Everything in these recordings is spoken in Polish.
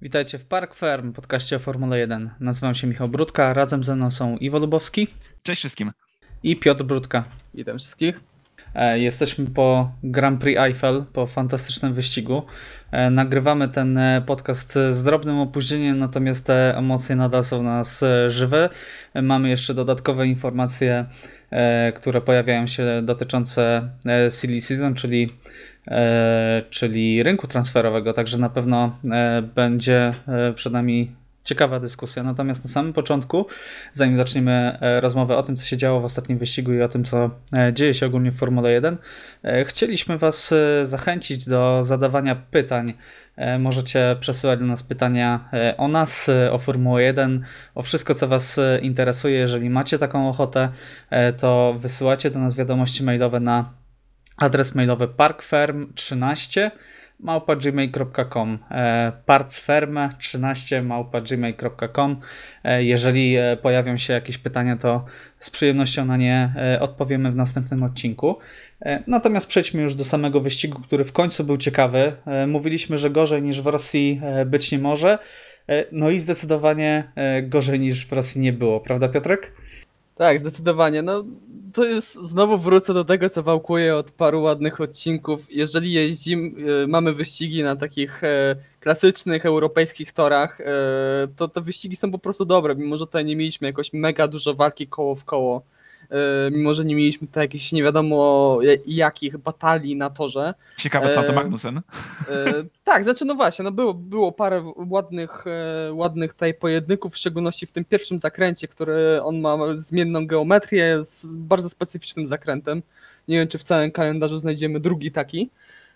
Witajcie w Park Ferm, podcaście o Formule 1. Nazywam się Michał Brudka, razem ze mną są Iwo Lubowski. Cześć wszystkim. I Piotr Brudka. Witam wszystkich. Jesteśmy po Grand Prix Eiffel, po fantastycznym wyścigu. Nagrywamy ten podcast z drobnym opóźnieniem, natomiast te emocje nadal są w nas żywe. Mamy jeszcze dodatkowe informacje, które pojawiają się dotyczące silly season, czyli rynku transferowego, także na pewno będzie przed nami ciekawa dyskusja. Natomiast na samym początku, zanim zaczniemy rozmowę o tym, co się działo w ostatnim wyścigu i o tym, co dzieje się ogólnie w Formule 1, chcieliśmy Was zachęcić do zadawania pytań. Możecie przesyłać do nas pytania o nas, o Formułę 1, o wszystko, co Was interesuje. Jeżeli macie taką ochotę, to wysyłacie do nas wiadomości mailowe na adres mailowy parkferm13@gmail.com partsferm13@gmail.com. Jeżeli pojawią się jakieś pytania, to z przyjemnością na nie odpowiemy w następnym odcinku. Natomiast przejdźmy już do samego wyścigu, który w końcu był ciekawy. Mówiliśmy, że gorzej niż w Rosji być nie może. No i zdecydowanie gorzej niż w Rosji nie było, prawda Piotrek? Tak, zdecydowanie. No, to jest, znowu wrócę do tego, co wałkuję od paru ładnych odcinków. Jeżeli mamy wyścigi na takich klasycznych europejskich torach, to te wyścigi są po prostu dobre, mimo że tutaj nie mieliśmy jakoś mega dużo walki koło w koło, mimo że nie mieliśmy tutaj jakichś nie wiadomo jakich batalii na torze. Ciekawe, co na to Magnussen. Tak, znaczy no właśnie, no było parę ładnych tutaj pojedynków, w szczególności w tym pierwszym zakręcie, który on ma zmienną geometrię z bardzo specyficznym zakrętem. Nie wiem, czy w całym kalendarzu znajdziemy drugi taki.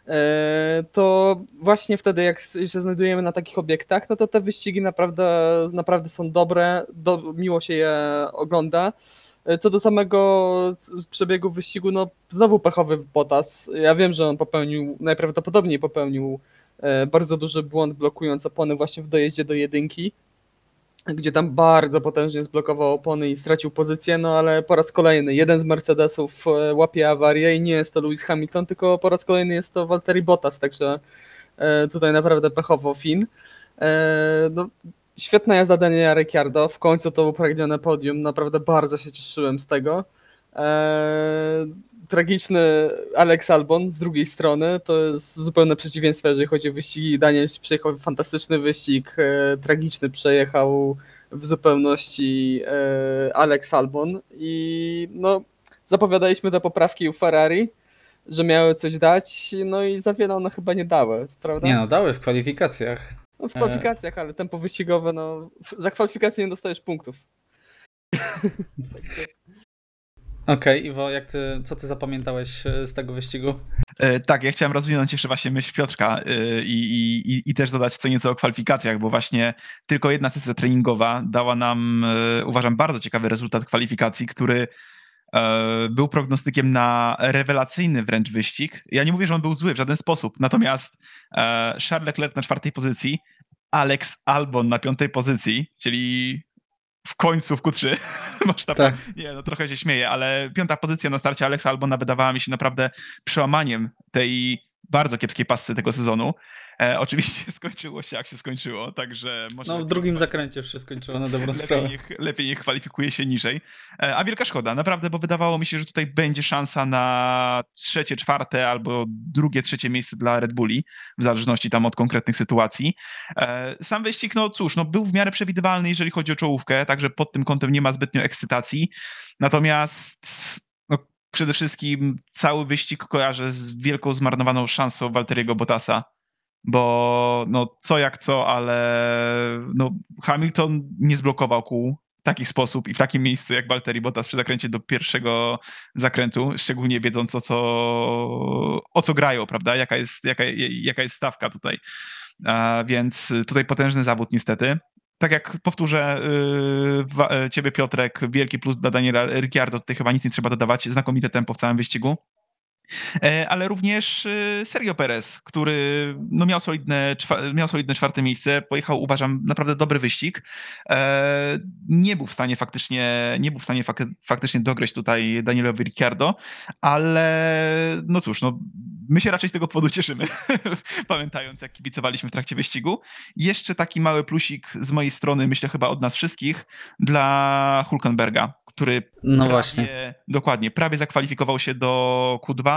To właśnie wtedy, jak się znajdujemy na takich obiektach, no to te wyścigi naprawdę są dobre, miło się je ogląda. Co do samego przebiegu wyścigu, no znowu pechowy Bottas. Ja wiem, że on najprawdopodobniej popełnił bardzo duży błąd, blokując opony właśnie w dojeździe do jedynki, gdzie tam bardzo potężnie zblokował opony i stracił pozycję, no ale po raz kolejny jeden z Mercedesów łapie awarię i nie jest to Lewis Hamilton, tylko po raz kolejny jest to Valtteri Bottas, także tutaj naprawdę pechowo Finn. No, świetna jazda Daniela Ricciardo, w końcu to upragnione podium, naprawdę bardzo się cieszyłem z tego. Tragiczny Alex Albon z drugiej strony, to jest zupełne przeciwieństwo, jeżeli chodzi o wyścigi. Daniel przejechał fantastyczny wyścig, tragiczny przejechał w zupełności Alex Albon i no zapowiadaliśmy te poprawki u Ferrari, że miały coś dać, no i za wiele one chyba nie dały, prawda? Nie no, dały w kwalifikacjach. No, w kwalifikacjach, ale tempo wyścigowe, no za kwalifikacje nie dostajesz punktów. Okej, Iwo, co ty zapamiętałeś z tego wyścigu? Tak, ja chciałem rozwinąć jeszcze właśnie myśl Piotrka i też dodać co nieco o kwalifikacjach, bo właśnie tylko jedna sesja treningowa dała nam, uważam, bardzo ciekawy rezultat kwalifikacji, który był prognostykiem na rewelacyjny wręcz wyścig. Ja nie mówię, że on był zły w żaden sposób, natomiast Charles Leclerc na 4. pozycji, Alex Albon na 5. pozycji, czyli w końcu w Q3. Można Tak. Nie, no trochę się śmieję, ale 5. pozycja na starcie Alexa Albona wydawała mi się naprawdę przełamaniem tej bardzo kiepskiej pasy tego sezonu. Oczywiście skończyło się jak się skończyło, także może... No w drugim zakręcie już się skończyło na dobrą sprawę. Lepiej niech kwalifikuje się niżej. A wielka szkoda, naprawdę, bo wydawało mi się, że tutaj będzie szansa na 3., 4. albo 2., 3. miejsce dla Red Bulli, w zależności tam od konkretnych sytuacji. Sam wyścig, no cóż, no był w miarę przewidywalny, jeżeli chodzi o czołówkę, także pod tym kątem nie ma zbytnio ekscytacji. Natomiast przede wszystkim cały wyścig kojarzę z wielką zmarnowaną szansą Valtteriego Bottasa, bo no co jak co, ale no Hamilton nie zblokował kół w taki sposób i w takim miejscu jak Valtteri Bottas przy zakręcie do pierwszego zakrętu, szczególnie wiedząc o co grają, prawda, jaka jest stawka tutaj. Więc tutaj potężny zawód niestety. Tak jak powtórzę ciebie, Piotrek, wielki plus dla Daniela Ricciardo, tutaj chyba nic nie trzeba dodawać, znakomite tempo w całym wyścigu. Ale również Sergio Perez, który no, miał solidne 4. miejsce, pojechał, uważam, naprawdę dobry wyścig. Nie był w stanie faktycznie dogryźć tutaj Danielowi Ricciardo, ale no cóż, no, my się raczej z tego powodu cieszymy, pamiętając jak kibicowaliśmy w trakcie wyścigu. Jeszcze taki mały plusik z mojej strony, myślę chyba od nas wszystkich, dla Hülkenberga, który dokładnie, prawie zakwalifikował się do Q2,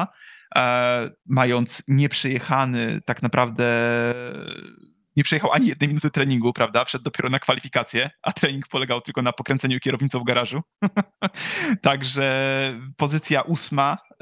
mając nieprzejechany tak naprawdę, nie przejechał ani 1 minuty treningu, prawda? Wszedł dopiero na kwalifikację, a trening polegał tylko na pokręceniu kierownicą w garażu. Także pozycja 8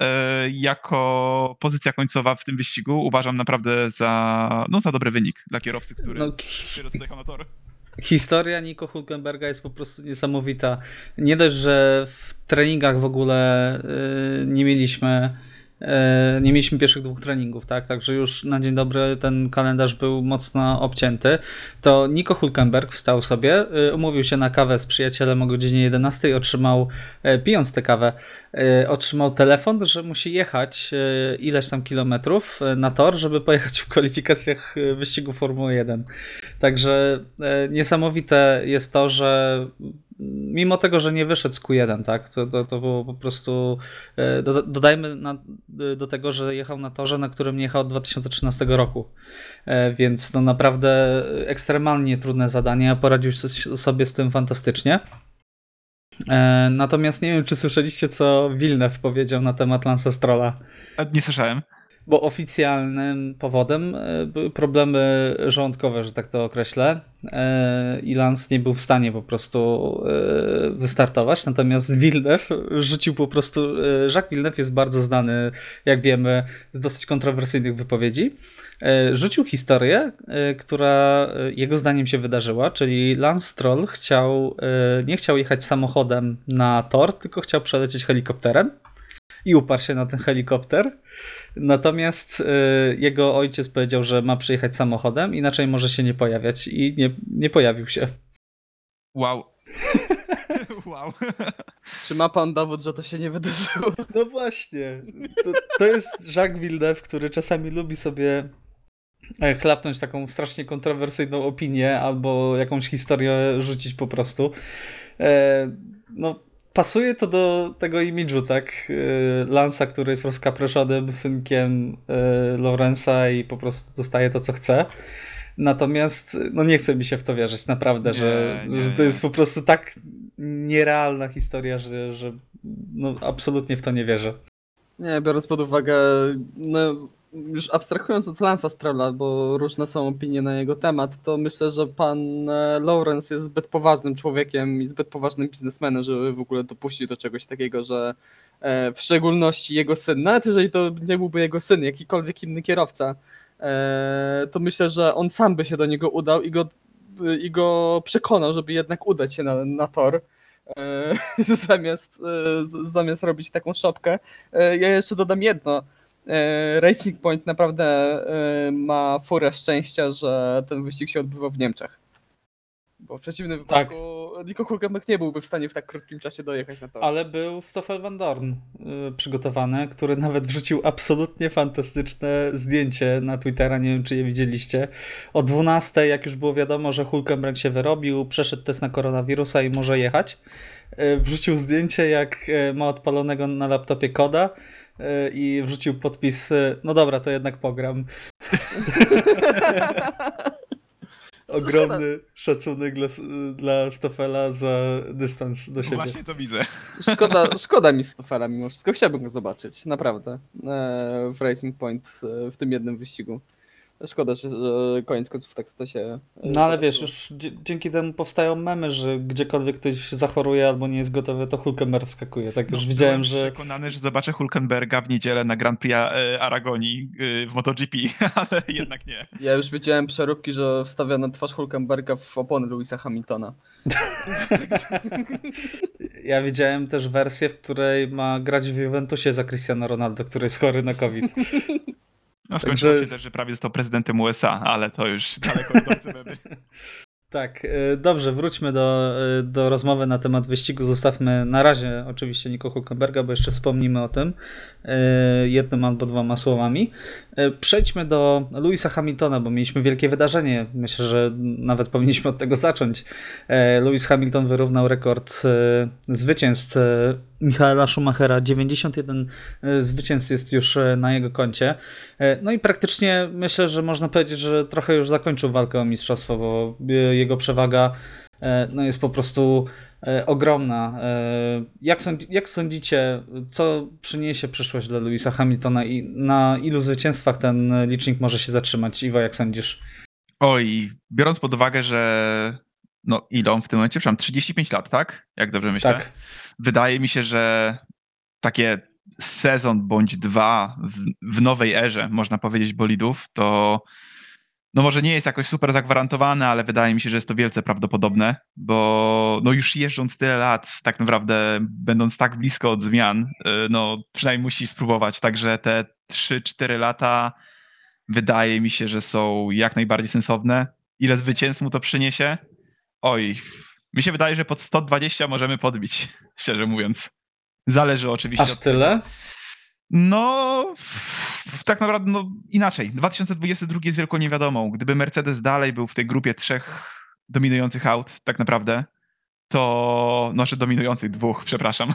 jako pozycja końcowa w tym wyścigu uważam naprawdę za dobry wynik dla kierowcy, który dopiero dojechał na tor. Historia Nico Hülkenberga jest po prostu niesamowita. Nie dość, że w treningach w ogóle nie mieliśmy pierwszych 2 treningów, tak? Także już na dzień dobry ten kalendarz był mocno obcięty. To Nico Hülkenberg wstał sobie, umówił się na kawę z przyjacielem o godzinie 11 i otrzymał, pijąc tę kawę, otrzymał telefon, że musi jechać ileś tam kilometrów na tor, żeby pojechać w kwalifikacjach wyścigu Formuły 1. Także niesamowite jest to, że mimo tego, że nie wyszedł z Q1, tak, to było po prostu, dodajmy do tego, że jechał na torze, na którym nie jechał od 2013 roku, więc no naprawdę ekstremalnie trudne zadanie, a poradził sobie z tym fantastycznie. Natomiast nie wiem, czy słyszeliście, co Villeneuve powiedział na temat Lance'a Strolla. Nie słyszałem. Bo oficjalnym powodem były problemy żołądkowe, że tak to określę, i Lance nie był w stanie po prostu wystartować, natomiast Villeneuve rzucił po prostu, Jacques Villeneuve jest bardzo znany, jak wiemy, z dosyć kontrowersyjnych wypowiedzi, rzucił historię, która jego zdaniem się wydarzyła, czyli Lance Stroll nie chciał jechać samochodem na tor, tylko chciał przelecieć helikopterem i uparł się na ten helikopter. Natomiast jego ojciec powiedział, że ma przyjechać samochodem, inaczej może się nie pojawiać i nie pojawił się. Wow. Wow. Czy ma pan dowód, że to się nie wydarzyło? No właśnie. To jest Jacques Villeneuve, który czasami lubi sobie chlapnąć taką strasznie kontrowersyjną opinię albo jakąś historię rzucić po prostu. Pasuje to do tego imidżu, tak? Lance'a, który jest rozkapreszonym synkiem Lawrence'a i po prostu dostaje to, co chce. Natomiast nie chce mi się w to wierzyć, naprawdę, że to jest po prostu tak nierealna historia, że absolutnie w to nie wierzę. Nie, biorąc pod uwagę, już abstrahując od Lance'a Strolla, bo różne są opinie na jego temat, to myślę, że pan Lawrence jest zbyt poważnym człowiekiem i zbyt poważnym biznesmenem, żeby w ogóle dopuścić do czegoś takiego, że w szczególności jego syn, nawet jeżeli to nie byłby jego syn, jakikolwiek inny kierowca, to myślę, że on sam by się do niego udał i go przekonał, żeby jednak udać się na tor. Zamiast robić taką szopkę. Ja jeszcze dodam jedno. Racing Point naprawdę ma furę szczęścia, że ten wyścig się odbywał w Niemczech. Bo w przeciwnym wypadku Nico Hülkenberg nie byłby w stanie w tak krótkim czasie dojechać na to. Ale był Stoffel van Dorn przygotowany, który nawet wrzucił absolutnie fantastyczne zdjęcie na Twittera, nie wiem, czy je widzieliście. O 12, jak już było wiadomo, że Hülkenberg się wyrobił, przeszedł test na koronawirusa i może jechać, wrzucił zdjęcie, jak ma odpalonego na laptopie koda i wrzucił podpis, no dobra, to jednak pogram. Ogromny szacunek dla Stoffela za dystans do siebie. Właśnie to widzę. Szkoda mi Stoffela mimo wszystko. Chciałbym go zobaczyć, naprawdę, w Racing Point w tym jednym wyścigu. Szkoda, że koniec końców tak to się... No ale wiesz, już dzięki temu powstają memy, że gdziekolwiek ktoś zachoruje albo nie jest gotowy, to Hülkenberg wskakuje. Tak już widziałem, że... Byłem przekonany, że zobaczę Hülkenberga w niedzielę na Grand Prix Aragonii w MotoGP, ale jednak nie. Ja już widziałem przeróbki, że wstawia na twarz Hülkenberga w opony Lewisa Hamiltona. Ja widziałem też wersję, w której ma grać w Juventusie za Cristiano Ronaldo, który jest chory na COVID. No skończyło się też, że prawie został prezydentem USA, ale to już daleko idące memy. Tak, dobrze, wróćmy do rozmowy na temat wyścigu. Zostawmy na razie oczywiście Nico Hülkenberga, bo jeszcze wspomnimy o tym jednym albo dwoma słowami. Przejdźmy do Lewisa Hamiltona, bo mieliśmy wielkie wydarzenie. Myślę, że nawet powinniśmy od tego zacząć. Lewis Hamilton wyrównał rekord zwycięstw Michaela Schumachera. 91 zwycięstw jest już na jego koncie. No i praktycznie myślę, że można powiedzieć, że trochę już zakończył walkę o mistrzostwo, bo jego przewaga no jest po prostu ogromna. Jak sądzicie, co przyniesie przyszłość dla Lewisa Hamiltona i na ilu zwycięstwach ten licznik może się zatrzymać? Iwo, jak sądzisz? Oj, biorąc pod uwagę, że no ile on w tym momencie? Przepraszam, 35 lat, tak? Jak dobrze myślę? Tak. Wydaje mi się, że takie sezon bądź dwa w nowej erze, można powiedzieć, bolidów, to no może nie jest jakoś super zagwarantowane, ale wydaje mi się, że jest to wielce prawdopodobne, bo no już jeżdżąc tyle lat, tak naprawdę będąc tak blisko od zmian, no przynajmniej musi spróbować, także te 3-4 lata wydaje mi się, że są jak najbardziej sensowne. Ile zwycięstw mu to przyniesie? Oj, mi się wydaje, że pod 120 możemy podbić, szczerze mówiąc. Zależy oczywiście Aż od tyle? No, tak naprawdę no, inaczej. 2022 jest wielką niewiadomą. Gdyby Mercedes dalej był w tej grupie 3 dominujących aut, tak naprawdę, to... Znaczy dominujących 2, przepraszam.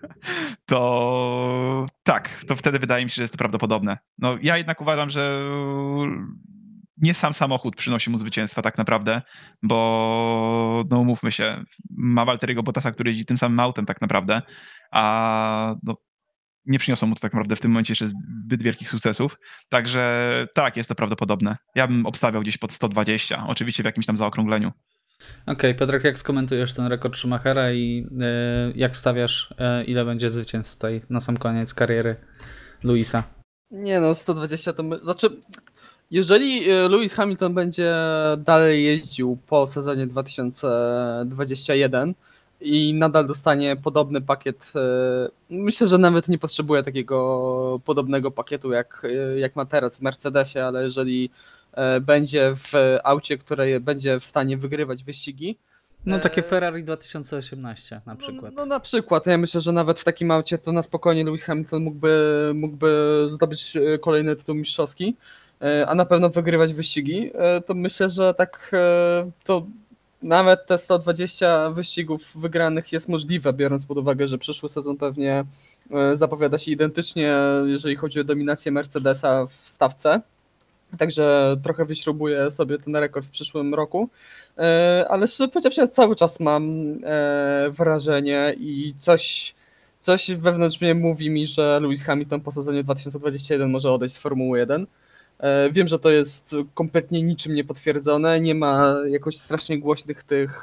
To tak, to wtedy wydaje mi się, że jest to prawdopodobne. No, ja jednak uważam, że nie sam samochód przynosi mu zwycięstwa tak naprawdę, bo no umówmy się, ma Valtteriego Bottasa, który jeździ tym samym autem tak naprawdę, a no, nie przyniosą mu to tak naprawdę w tym momencie jeszcze zbyt wielkich sukcesów. Także tak, jest to prawdopodobne. Ja bym obstawiał gdzieś pod 120, oczywiście w jakimś tam zaokrągleniu. Okej, Piotrek, jak skomentujesz ten rekord Schumachera i jak stawiasz, ile będzie zwycięstw tutaj na sam koniec kariery Lewisa? Nie no, 120 to znaczy, jeżeli Lewis Hamilton będzie dalej jeździł po sezonie 2021 i nadal dostanie podobny pakiet, myślę, że nawet nie potrzebuje takiego podobnego pakietu jak ma teraz w Mercedesie, ale jeżeli będzie w aucie, które będzie w stanie wygrywać wyścigi. No takie Ferrari 2018 na przykład. No na przykład, ja myślę, że nawet w takim aucie to na spokojnie Lewis Hamilton mógłby zdobyć kolejny tytuł mistrzowski, a na pewno wygrywać wyścigi. To myślę, że tak to nawet te 120 wyścigów wygranych jest możliwe, biorąc pod uwagę, że przyszły sezon pewnie zapowiada się identycznie, jeżeli chodzi o dominację Mercedesa w stawce. Także trochę wyśrubuję sobie ten rekord w przyszłym roku, ale szczerze powiedziawszy, ja cały czas mam wrażenie i coś wewnątrz mnie mówi mi, że Lewis Hamilton po sezonie 2021 może odejść z Formuły 1. Wiem, że to jest kompletnie niczym niepotwierdzone, nie ma jakoś strasznie głośnych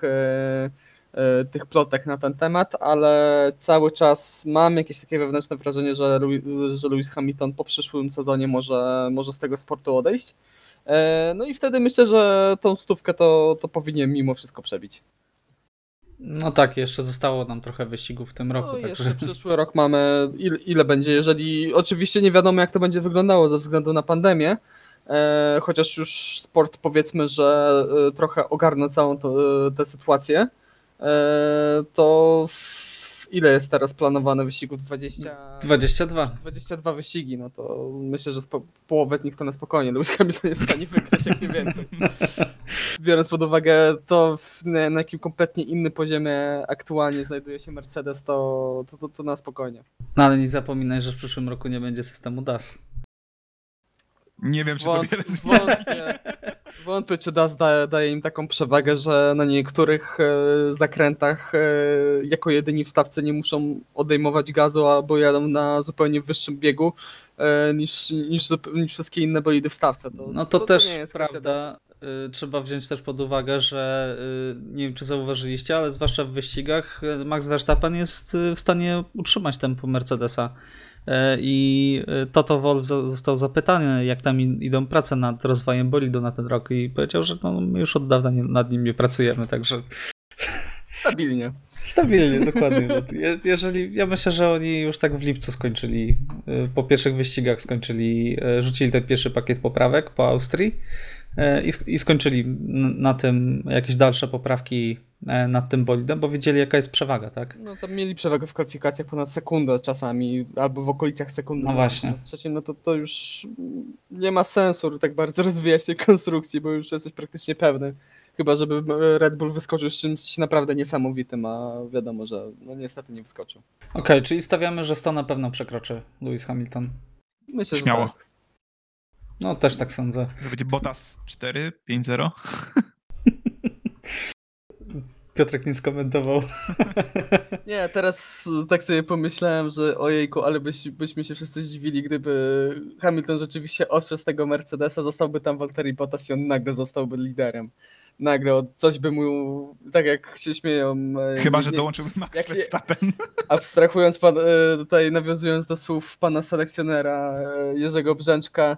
tych plotek na ten temat, ale cały czas mam jakieś takie wewnętrzne wrażenie, że Lewis Hamilton po przyszłym sezonie może z tego sportu odejść. No i wtedy myślę, że tą 100 to powinien mimo wszystko przebić. No tak, jeszcze zostało nam trochę wyścigów w tym roku. No, także... jeszcze przyszły rok mamy, ile będzie, jeżeli oczywiście nie wiadomo jak to będzie wyglądało ze względu na pandemię, chociaż już sport powiedzmy, że trochę ogarnął całą tę sytuację, to ile jest teraz planowane wyścigów? 22 wyścigi, no to myślę, że połowę z nich to na spokojnie Lewis Hamilton jest w stanie wygrać jak nie więcej. Biorąc pod uwagę to, na jakim kompletnie innym poziomie aktualnie znajduje się Mercedes, to na spokojnie. No ale nie zapominaj, że w przyszłym roku nie będzie systemu DAS. Nie wiem, czy to wiele zmieni. Wątpię, czy DAS daje im taką przewagę, że na niektórych zakrętach jako jedyni w stawce nie muszą odejmować gazu, albo jadą na zupełnie wyższym biegu niż wszystkie inne bolidy w stawce. To też nie jest prawda. Trzeba wziąć też pod uwagę, że nie wiem, czy zauważyliście, ale zwłaszcza w wyścigach Max Verstappen jest w stanie utrzymać tempo Mercedesa. I Toto Wolff został zapytany, jak tam idą prace nad rozwojem bolidu na ten rok i powiedział, że no, my już od dawna nad nim nie pracujemy, także... Stabilnie. Stabilnie, dokładnie. Ja myślę, że oni już tak w lipcu skończyli, po pierwszych wyścigach rzucili ten pierwszy pakiet poprawek po Austrii i skończyli na tym jakieś dalsze poprawki nad tym bolidem, bo wiedzieli, jaka jest przewaga, tak? No tam mieli przewagę w kwalifikacjach ponad sekundę czasami, albo w okolicach sekundy. No właśnie. Na trzecim, no to już nie ma sensu tak bardzo rozwijać tej konstrukcji, bo już jesteś praktycznie pewny. Chyba, żeby Red Bull wyskoczył z czymś naprawdę niesamowitym, a wiadomo, że no niestety nie wyskoczył. Okej, czyli stawiamy, że 100 na pewno przekroczy Lewis Hamilton. Myślę, Śmiało. że tak. No też tak sądzę. To będzie Bottas 4, 5-0. Piotrek nie skomentował. Nie, teraz tak sobie pomyślałem, że ojejku, ale byśmy się wszyscy zdziwili, gdyby Hamilton rzeczywiście odszedł z tego Mercedesa, zostałby tam Valtteri Bottas i on nagle zostałby liderem. Nagle coś by mu, tak jak się śmieją... Chyba, że dołączył Max Verstappen. Abstrahując, tutaj nawiązując do słów pana selekcjonera Jerzego Brzęczka,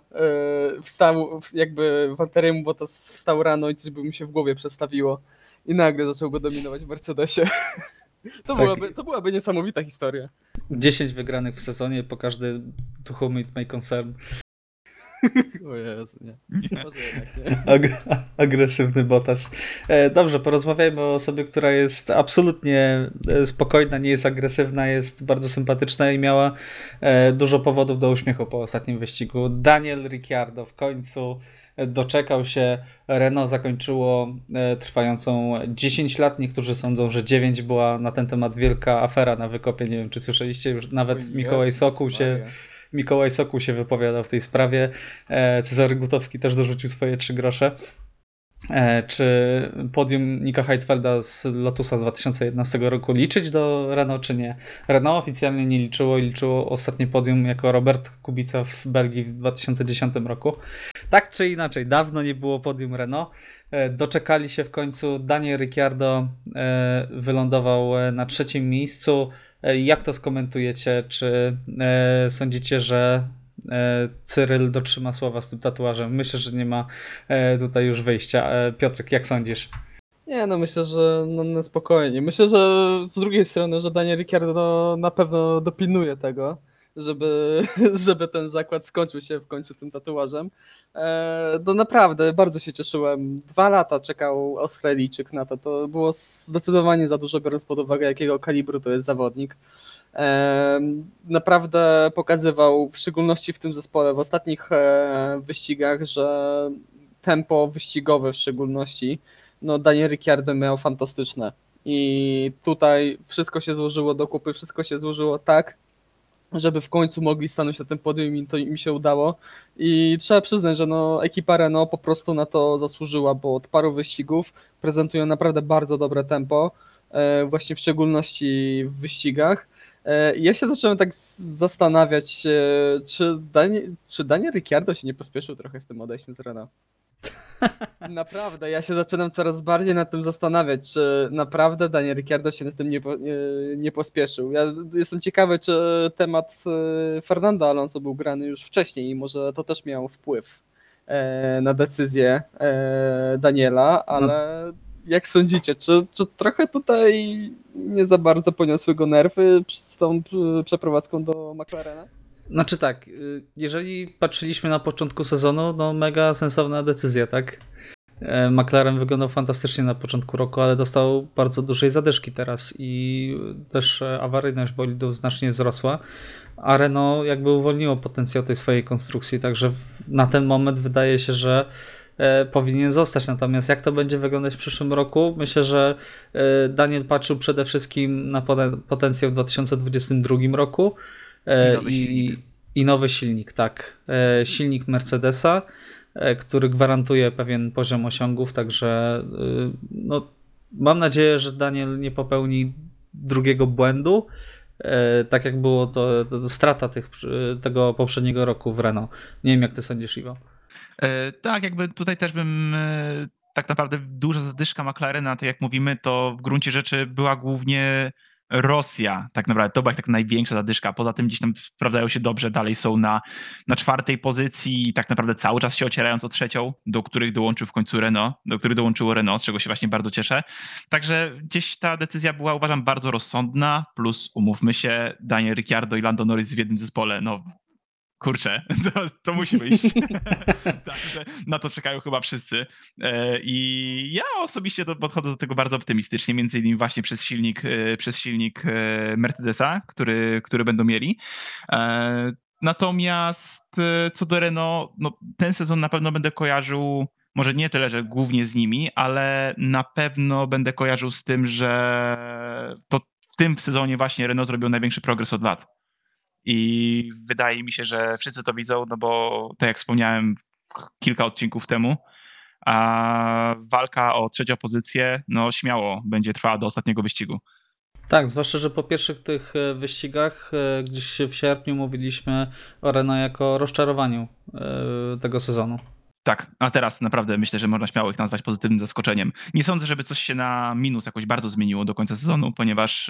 jakby Valtteriemu Bottas wstał rano i coś by mu się w głowie przestawiło i nagle zaczął go dominować w Mercedesie. To byłaby niesamowita historia. 10 wygranych w sezonie, po każdy to whom it may concern. O Jezu, nie. Może jednak nie. Agresywny Bottas. Dobrze, porozmawiajmy o osobie, która jest absolutnie spokojna, nie jest agresywna, jest bardzo sympatyczna i miała dużo powodów do uśmiechu po ostatnim wyścigu. Daniel Ricciardo w końcu doczekał się. Renault zakończyło trwającą 10 lat. Niektórzy sądzą, że 9 była na ten temat wielka afera na wykopie. Nie wiem, czy słyszeliście, już nawet Mikołaj Sokół się wypowiadał w tej sprawie. Cezary Gutowski też dorzucił swoje 3 grosze. Czy podium Nika Heidfelda z Lotusa z 2011 roku liczyć do Renault, czy nie? Renault oficjalnie nie liczyło ostatnie podium jako Robert Kubica w Belgii w 2010 roku. Tak czy inaczej, dawno nie było podium Renault. Doczekali się w końcu. Daniel Ricciardo wylądował na 3. miejscu. Jak to skomentujecie? Czy sądzicie, że Cyryl dotrzyma słowa z tym tatuażem? Myślę, że nie ma tutaj już wyjścia. Piotrek, jak sądzisz? Nie, no myślę, że no spokojnie. Myślę, że z drugiej strony, że Daniel Ricciardo na pewno dopilnuje tego, żeby ten zakład skończył się w końcu tym tatuażem. No naprawdę, bardzo się cieszyłem. 2 lata czekał Australijczyk na to. To było zdecydowanie za dużo, biorąc pod uwagę, jakiego kalibru to jest zawodnik. Naprawdę pokazywał, w szczególności w tym zespole, w ostatnich wyścigach, że tempo wyścigowe w szczególności, no Daniel Ricciardo miał fantastyczne. I tutaj wszystko się złożyło do kupy, wszystko się złożyło tak, żeby w końcu mogli stanąć na tym podium i to im się udało. I trzeba przyznać, że no, ekipa Renault po prostu na to zasłużyła, bo od paru wyścigów prezentują naprawdę bardzo dobre tempo, właśnie w szczególności w wyścigach. Ja się zacząłem tak zastanawiać, czy Daniel Ricciardo się nie pospieszył trochę z tym odejściem z Renault. Naprawdę, ja się zaczynam coraz bardziej nad tym zastanawiać, czy naprawdę Daniel Ricciardo się nad tym nie pospieszył. Ja jestem ciekawy, czy temat Fernanda Alonso był grany już wcześniej i może to też miało wpływ na decyzję Daniela, ale jak sądzicie, czy trochę tutaj nie za bardzo poniosły go nerwy z tą przeprowadzką do McLarena? Znaczy tak, jeżeli patrzyliśmy na początku sezonu, no mega sensowna decyzja, tak? McLaren wyglądał fantastycznie na początku roku, ale dostał bardzo dużej zadyszki teraz i też awaryjność bolidów znacznie wzrosła, a Renault jakby uwolniło potencjał tej swojej konstrukcji, także na ten moment wydaje się, że powinien zostać. Natomiast jak to będzie wyglądać w przyszłym roku? Myślę, że Daniel patrzył przede wszystkim na potencjał w 2022 roku i nowy silnik, tak. Silnik Mercedesa, który gwarantuje pewien poziom osiągów, także no, mam nadzieję, że Daniel nie popełni drugiego błędu, tak jak było to strata tego poprzedniego roku w Renault. Nie wiem, jak ty sądzisz, Iwo? Tak, jakby tutaj też bym tak naprawdę duża zadyszka McLarena, tak jak mówimy, to w gruncie rzeczy była głównie Rosja, tak naprawdę, to była tak największa zadyszka, poza tym gdzieś tam sprawdzają się dobrze, dalej są na 4. pozycji i tak naprawdę cały czas się ocierając o 3, do których dołączył w końcu Renault, do których dołączyło Renault, z czego się właśnie bardzo cieszę. Także gdzieś ta decyzja była, uważam, bardzo rozsądna, plus umówmy się, Daniel Ricciardo i Lando Norris w jednym zespole, no Kurczę, to musi wyjść. Także na to czekają chyba wszyscy. I ja osobiście podchodzę do tego bardzo optymistycznie, między innymi właśnie przez silnik Mercedesa, który będą mieli. Natomiast co do Renault, no, ten sezon na pewno będę kojarzył, może nie tyle, że głównie z nimi, ale na pewno będę kojarzył z tym, że to w tym sezonie właśnie Renault zrobił największy progres od lat. I wydaje mi się, że wszyscy to widzą, no bo tak jak wspomniałem kilka odcinków temu, a walka o trzecią pozycję, no śmiało będzie trwała do ostatniego wyścigu. Tak, zwłaszcza, że po pierwszych tych wyścigach gdzieś w sierpniu mówiliśmy o Renault jako rozczarowaniu tego sezonu. Tak, a teraz naprawdę myślę, że można śmiało ich nazwać pozytywnym zaskoczeniem. Nie sądzę, żeby coś się na minus jakoś bardzo zmieniło do końca sezonu, ponieważ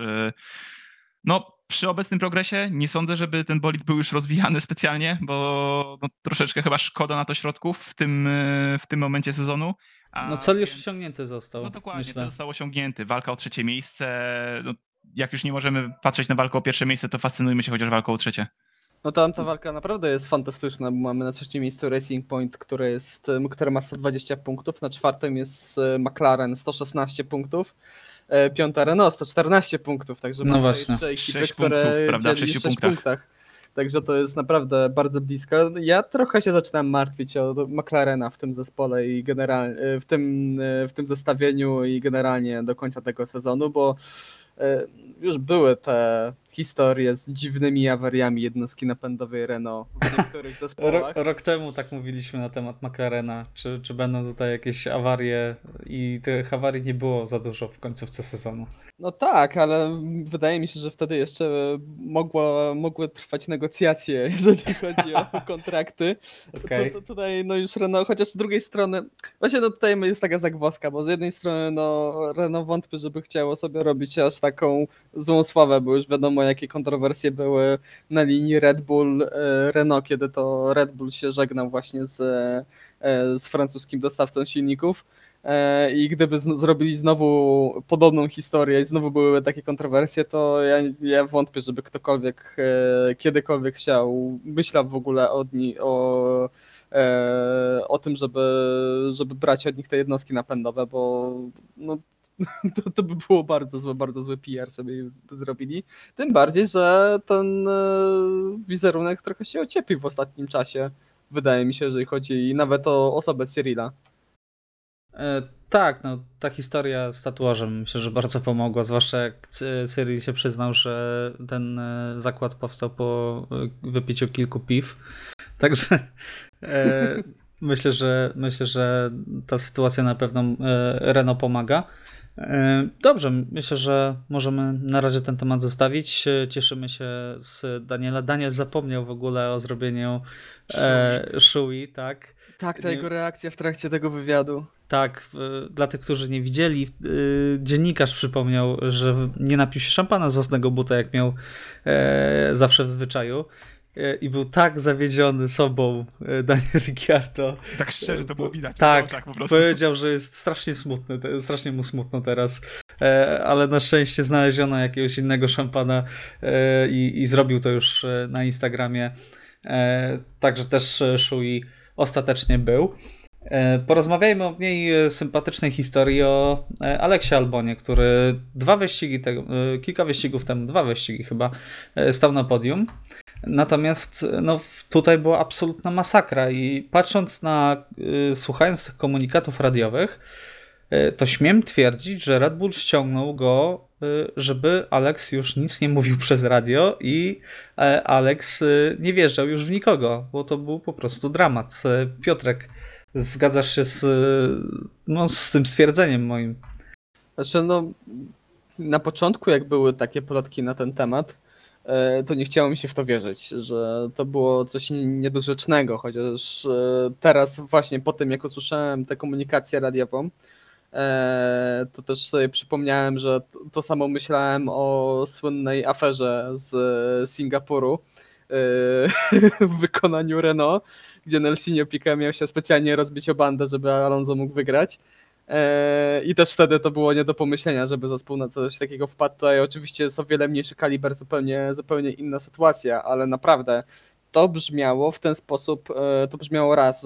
no, przy obecnym progresie nie sądzę, żeby ten bolid był już rozwijany specjalnie, bo no, troszeczkę chyba szkoda na to środków w tym momencie sezonu. No cel już osiągnięty został. No dokładnie, myślę. cel został osiągnięty. Walka o trzecie miejsce, no, jak już nie możemy patrzeć na walkę o pierwsze miejsce, to fascynujmy się chociaż walką o trzecie. No ta walka naprawdę jest fantastyczna, bo mamy na trzecim miejscu Racing Point, który ma 120 punktów, na czwartym jest McLaren 116 punktów, piąta Renault 114 punktów, także No mamy właśnie. tutaj 3 ekipy, 6 które punktów, prawda, w dzieli 6 6 punktach. punktach. Także to jest naprawdę bardzo blisko. Ja trochę się zaczynam martwić o McLarena w tym zespole i generalnie w tym zestawieniu i generalnie do końca tego sezonu, bo już były te historie z dziwnymi awariami jednostki napędowej Renault w niektórych zespołach. Rok temu tak mówiliśmy na temat McLarena, czy będą tutaj jakieś awarie i tych awarii nie było za dużo w końcówce sezonu. No tak, ale wydaje mi się, że wtedy jeszcze mogły trwać negocjacje, jeżeli chodzi o kontrakty. Okay. To tutaj no już Renault, chociaż z drugiej strony, właśnie no tutaj jest taka zagwozdka, bo z jednej strony no Renault wątpię, żeby chciało sobie robić aż taką złą sławę, bo już wiadomo jakie kontrowersje były na linii Red Bull Renault, kiedy to Red Bull się żegnał właśnie z francuskim dostawcą silników. I gdyby zrobili znowu podobną historię i znowu były takie kontrowersje, to ja wątpię, żeby ktokolwiek kiedykolwiek myślał w ogóle o tym, żeby brać od nich te jednostki napędowe, bo no, to by było bardzo zły PR sobie zrobili. Tym bardziej, że ten wizerunek trochę się ociepił w ostatnim czasie, wydaje mi się, jeżeli chodzi nawet o osobę Cyrila. Tak, no ta historia z tatuażem myślę, że bardzo pomogła, zwłaszcza jak Cyril się przyznał, że ten zakład powstał po wypiciu kilku piw. Także myślę, że ta sytuacja na pewno Renault pomaga. Dobrze, myślę, że możemy na razie ten temat zostawić. Cieszymy się z Daniela. Daniel zapomniał w ogóle o zrobieniu Shui, tak? Tak, ta jego reakcja w trakcie tego wywiadu. Tak, dla tych, którzy nie widzieli, dziennikarz przypomniał, że nie napił się szampana z własnego buta, jak miał zawsze w zwyczaju. I był tak zawiedziony sobą Daniel Ricciardo. Tak szczerze to było widać. Tak, po prostu. powiedział, że jest strasznie smutny, strasznie mu smutno teraz, ale na szczęście znaleziono jakiegoś innego szampana i zrobił to już na Instagramie. Także też Shui ostatecznie był. Porozmawiajmy o mniej sympatycznej historii o Aleksie Albonie, który kilka wyścigów temu, 2 wyścigi chyba, stał na podium. Natomiast no, tutaj była absolutna masakra i patrząc słuchając tych komunikatów radiowych, to śmiem twierdzić, że Red Bull ściągnął go, żeby Alex już nic nie mówił przez radio i Alex nie wjeżdżał już w nikogo, bo to był po prostu dramat. Piotrek, zgadzasz się z tym stwierdzeniem moim? Znaczy no, na początku jak były takie plotki na ten temat, to nie chciało mi się w to wierzyć, że to było coś niedorzecznego, chociaż teraz właśnie po tym jak usłyszałem tę komunikację radiową, to też sobie przypomniałem, że to samo myślałem o słynnej aferze z Singapuru w wykonaniu Renault, gdzie Nelsinho Piquet miał się specjalnie rozbić o bandę, żeby Alonso mógł wygrać. I też wtedy to było nie do pomyślenia, żeby zespół na coś takiego wpadł. Tutaj oczywiście jest o wiele mniejszy kaliber, zupełnie inna sytuacja, ale naprawdę to brzmiało w ten sposób, to brzmiało raz,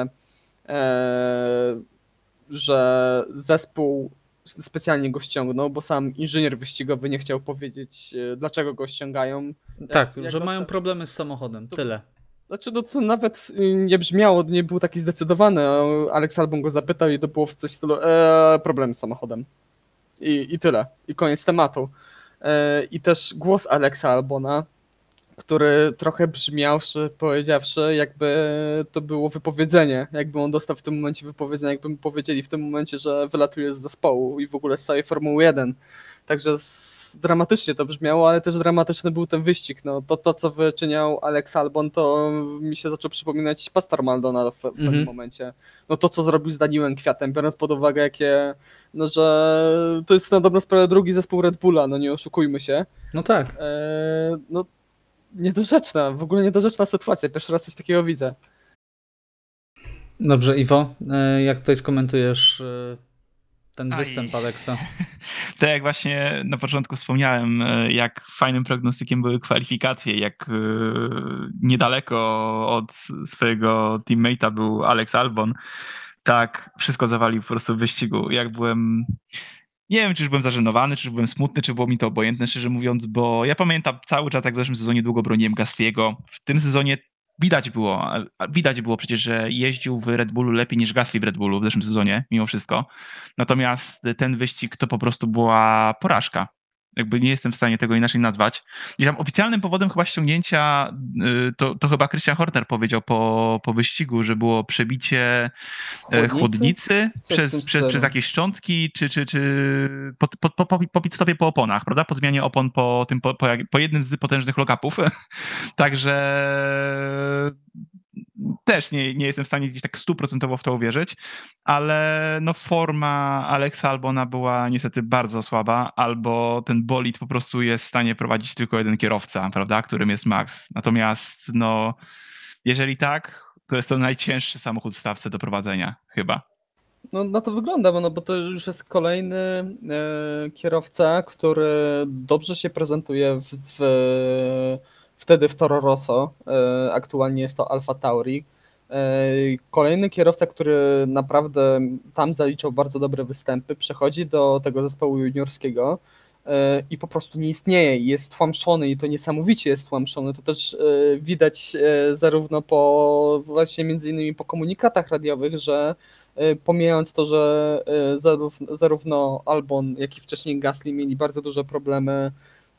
że zespół specjalnie go ściągnął, bo sam inżynier wyścigowy nie chciał powiedzieć, dlaczego go ściągają. Tak, Jak że mają dostał- problemy z samochodem, tyle. Znaczy, no to nawet nie brzmiało, nie był taki zdecydowany. Alex Albon go zapytał i to było w coś w stylu problem z samochodem. I tyle. I koniec tematu. I też głos Alexa Albona, który trochę brzmiałszy, powiedziawszy, jakby to było wypowiedzenie. Jakby on dostał w tym momencie wypowiedzenie, jakby mu powiedzieli w tym momencie, że wylatuje z zespołu i w ogóle z całej Formuły 1. Także dramatycznie to brzmiało, ale też dramatyczny był ten wyścig. No, to co wyczyniał Alex Albon, to mi się zaczął przypominać Pastor Maldonado w pewnym momencie. No to, co zrobił z Danielem Kwiatem, biorąc pod uwagę, no że to jest na dobrą sprawę drugi zespół Red Bulla, no nie oszukujmy się. No tak. No niedorzeczna, w ogóle niedorzeczna sytuacja. Pierwszy raz coś takiego widzę. Dobrze, Iwo, jak tutaj skomentujesz ten Aj. występ Alexa? Tak jak właśnie na początku wspomniałem, jak fajnym prognostykiem były kwalifikacje, jak niedaleko od swojego teammate'a był Alex Albon, tak wszystko zawalił po prostu w wyścigu. Jak byłem... Nie wiem, czy już byłem zażenowany, czy już byłem smutny, czy było mi to obojętne, szczerze mówiąc, bo ja pamiętam cały czas, jak w zeszłym sezonie długo broniłem Gasly'ego. W tym sezonie widać było przecież, że jeździł w Red Bullu lepiej niż Gasly w Red Bullu w zeszłym sezonie, mimo wszystko. Natomiast ten wyścig to po prostu była porażka. Jakby nie jestem w stanie tego inaczej nazwać. I tam oficjalnym powodem chyba ściągnięcia, to chyba Christian Horner powiedział po wyścigu, że było przebicie chłodnicy przez jakieś szczątki, czy po pit stopie po oponach, prawda? Po zmianie opon po jednym z potężnych lock-upów. Także też nie jestem w stanie gdzieś tak 100% w to uwierzyć, ale no forma Alexa Albona była niestety bardzo słaba, albo ten bolid po prostu jest w stanie prowadzić tylko jeden kierowca, prawda, którym jest Max. Natomiast no, jeżeli tak, to jest to najcięższy samochód w stawce do prowadzenia, chyba. No na to wygląda, bo to już jest kolejny kierowca, który dobrze się prezentuje wtedy w Toro Rosso. Aktualnie jest to Alfa Tauri. Kolejny kierowca, który naprawdę tam zaliczał bardzo dobre występy, przechodzi do tego zespołu juniorskiego i po prostu nie istnieje, jest tłamszony i to niesamowicie jest tłamszony. To też widać zarówno właśnie między innymi po komunikatach radiowych, że pomijając to, że zarówno Albon, jak i wcześniej Gasly mieli bardzo duże problemy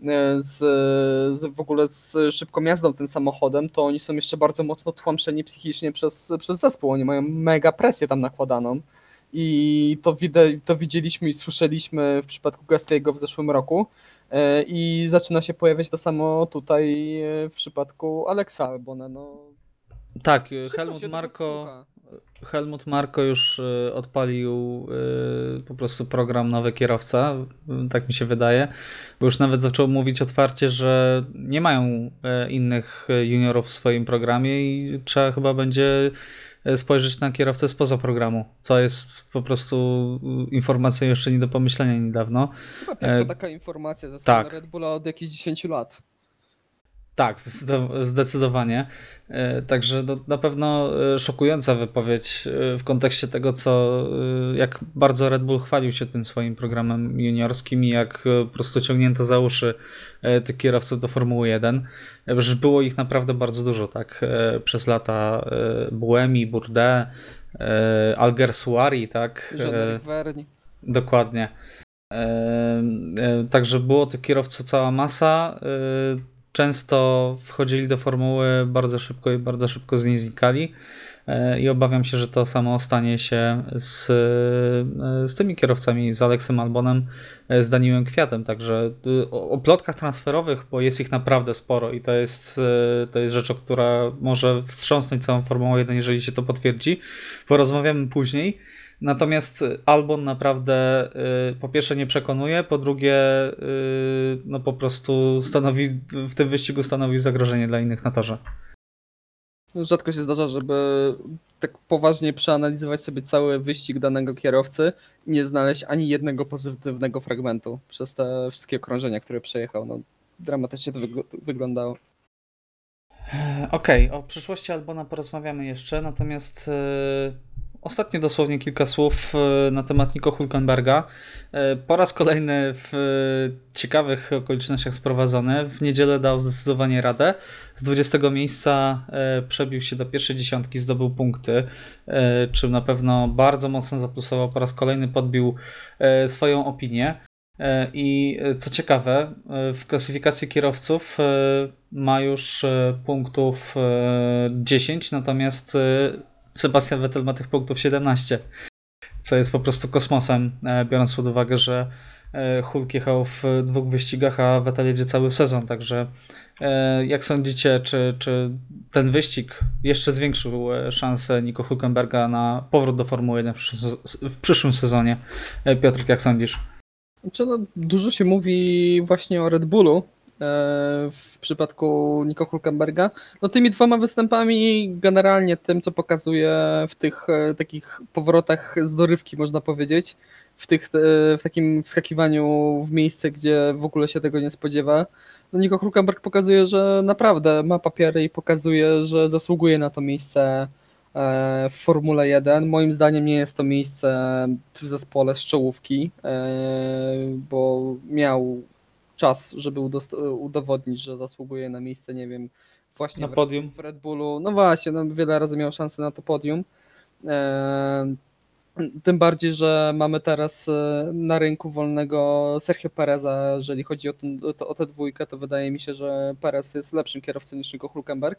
w ogóle z szybką jazdą tym samochodem, to oni są jeszcze bardzo mocno tłamszeni psychicznie przez zespół. Oni mają mega presję tam nakładaną i to widzieliśmy i słyszeliśmy w przypadku Gasly'ego w zeszłym roku i zaczyna się pojawiać to samo tutaj w przypadku Alexa Albona. No, Tak, przykro się tego słucha. Helmut Marko już odpalił po prostu program Nowy Kierowca, tak mi się wydaje, bo już nawet zaczął mówić otwarcie, że nie mają innych juniorów w swoim programie i trzeba chyba będzie spojrzeć na kierowcę spoza programu, co jest po prostu informacją jeszcze nie do pomyślenia niedawno. Chyba pierwsza taka informacja ze tak. strony Red Bulla od jakichś 10 lat. Tak, zdecydowanie. Także na pewno szokująca wypowiedź w kontekście tego, jak bardzo Red Bull chwalił się tym swoim programem juniorskim i jak po prostu ciągnięto za uszy tych kierowców do Formuły 1. Przecież było ich naprawdę bardzo dużo, tak? Przez lata Buemi, Bourdais, Alguersuari, tak? Jean-Éric Vergne. Dokładnie. Także było tych kierowców cała masa. Często wchodzili do formuły bardzo szybko i bardzo szybko z niej znikali i obawiam się, że to samo stanie się z tymi kierowcami, z Alexem Albonem, z Danielem Kwiatem, także o plotkach transferowych, bo jest ich naprawdę sporo i to jest rzecz, która może wstrząsnąć całą Formułę 1, jeżeli się to potwierdzi, porozmawiamy później. Natomiast Albon naprawdę po pierwsze nie przekonuje, po drugie no po prostu w tym wyścigu stanowił zagrożenie dla innych na torze. Rzadko się zdarza, żeby tak poważnie przeanalizować sobie cały wyścig danego kierowcy i nie znaleźć ani jednego pozytywnego fragmentu przez te wszystkie okrążenia, które przejechał. No, dramatycznie to wyglądało. Okej, o przyszłości Albona porozmawiamy jeszcze, natomiast ostatnio dosłownie kilka słów na temat Nico Hülkenberga. Po raz kolejny w ciekawych okolicznościach sprowadzony. W niedzielę dał zdecydowanie radę. Z 20 miejsca przebił się do pierwszej dziesiątki, zdobył punkty, czym na pewno bardzo mocno zaplusował. Po raz kolejny podbił swoją opinię. I co ciekawe, w klasyfikacji kierowców ma już punktów 10, natomiast Sebastian Vettel ma tych punktów 17, co jest po prostu kosmosem, biorąc pod uwagę, że Hulk jechał w 2 wyścigach, a Vettel jedzie cały sezon, także jak sądzicie, czy ten wyścig jeszcze zwiększył szanse Nico Hülkenberga na powrót do Formuły 1 w przyszłym sezonie? Piotrek, jak sądzisz? Znaczy, no, dużo się mówi właśnie o Red Bullu w przypadku Nico Hülkenberga. No tymi 2 występami, generalnie tym, co pokazuje w tych takich powrotach z dorywki, można powiedzieć, w takim wskakiwaniu w miejsce, gdzie w ogóle się tego nie spodziewa. No Nico Hülkenberg pokazuje, że naprawdę ma papiery i pokazuje, że zasługuje na to miejsce w Formule 1. Moim zdaniem nie jest to miejsce w zespole z czołówki, bo miał czas, żeby udowodnić, że zasługuje na miejsce, nie wiem, właśnie Na podium. w Red Bullu. No właśnie, no wiele razy miał szansę na to podium. Tym bardziej, że mamy teraz na rynku wolnego Sergio Pereza. Jeżeli chodzi o tę dwójkę, to wydaje mi się, że Perez jest lepszym kierowcą niż Nico Hülkenberg.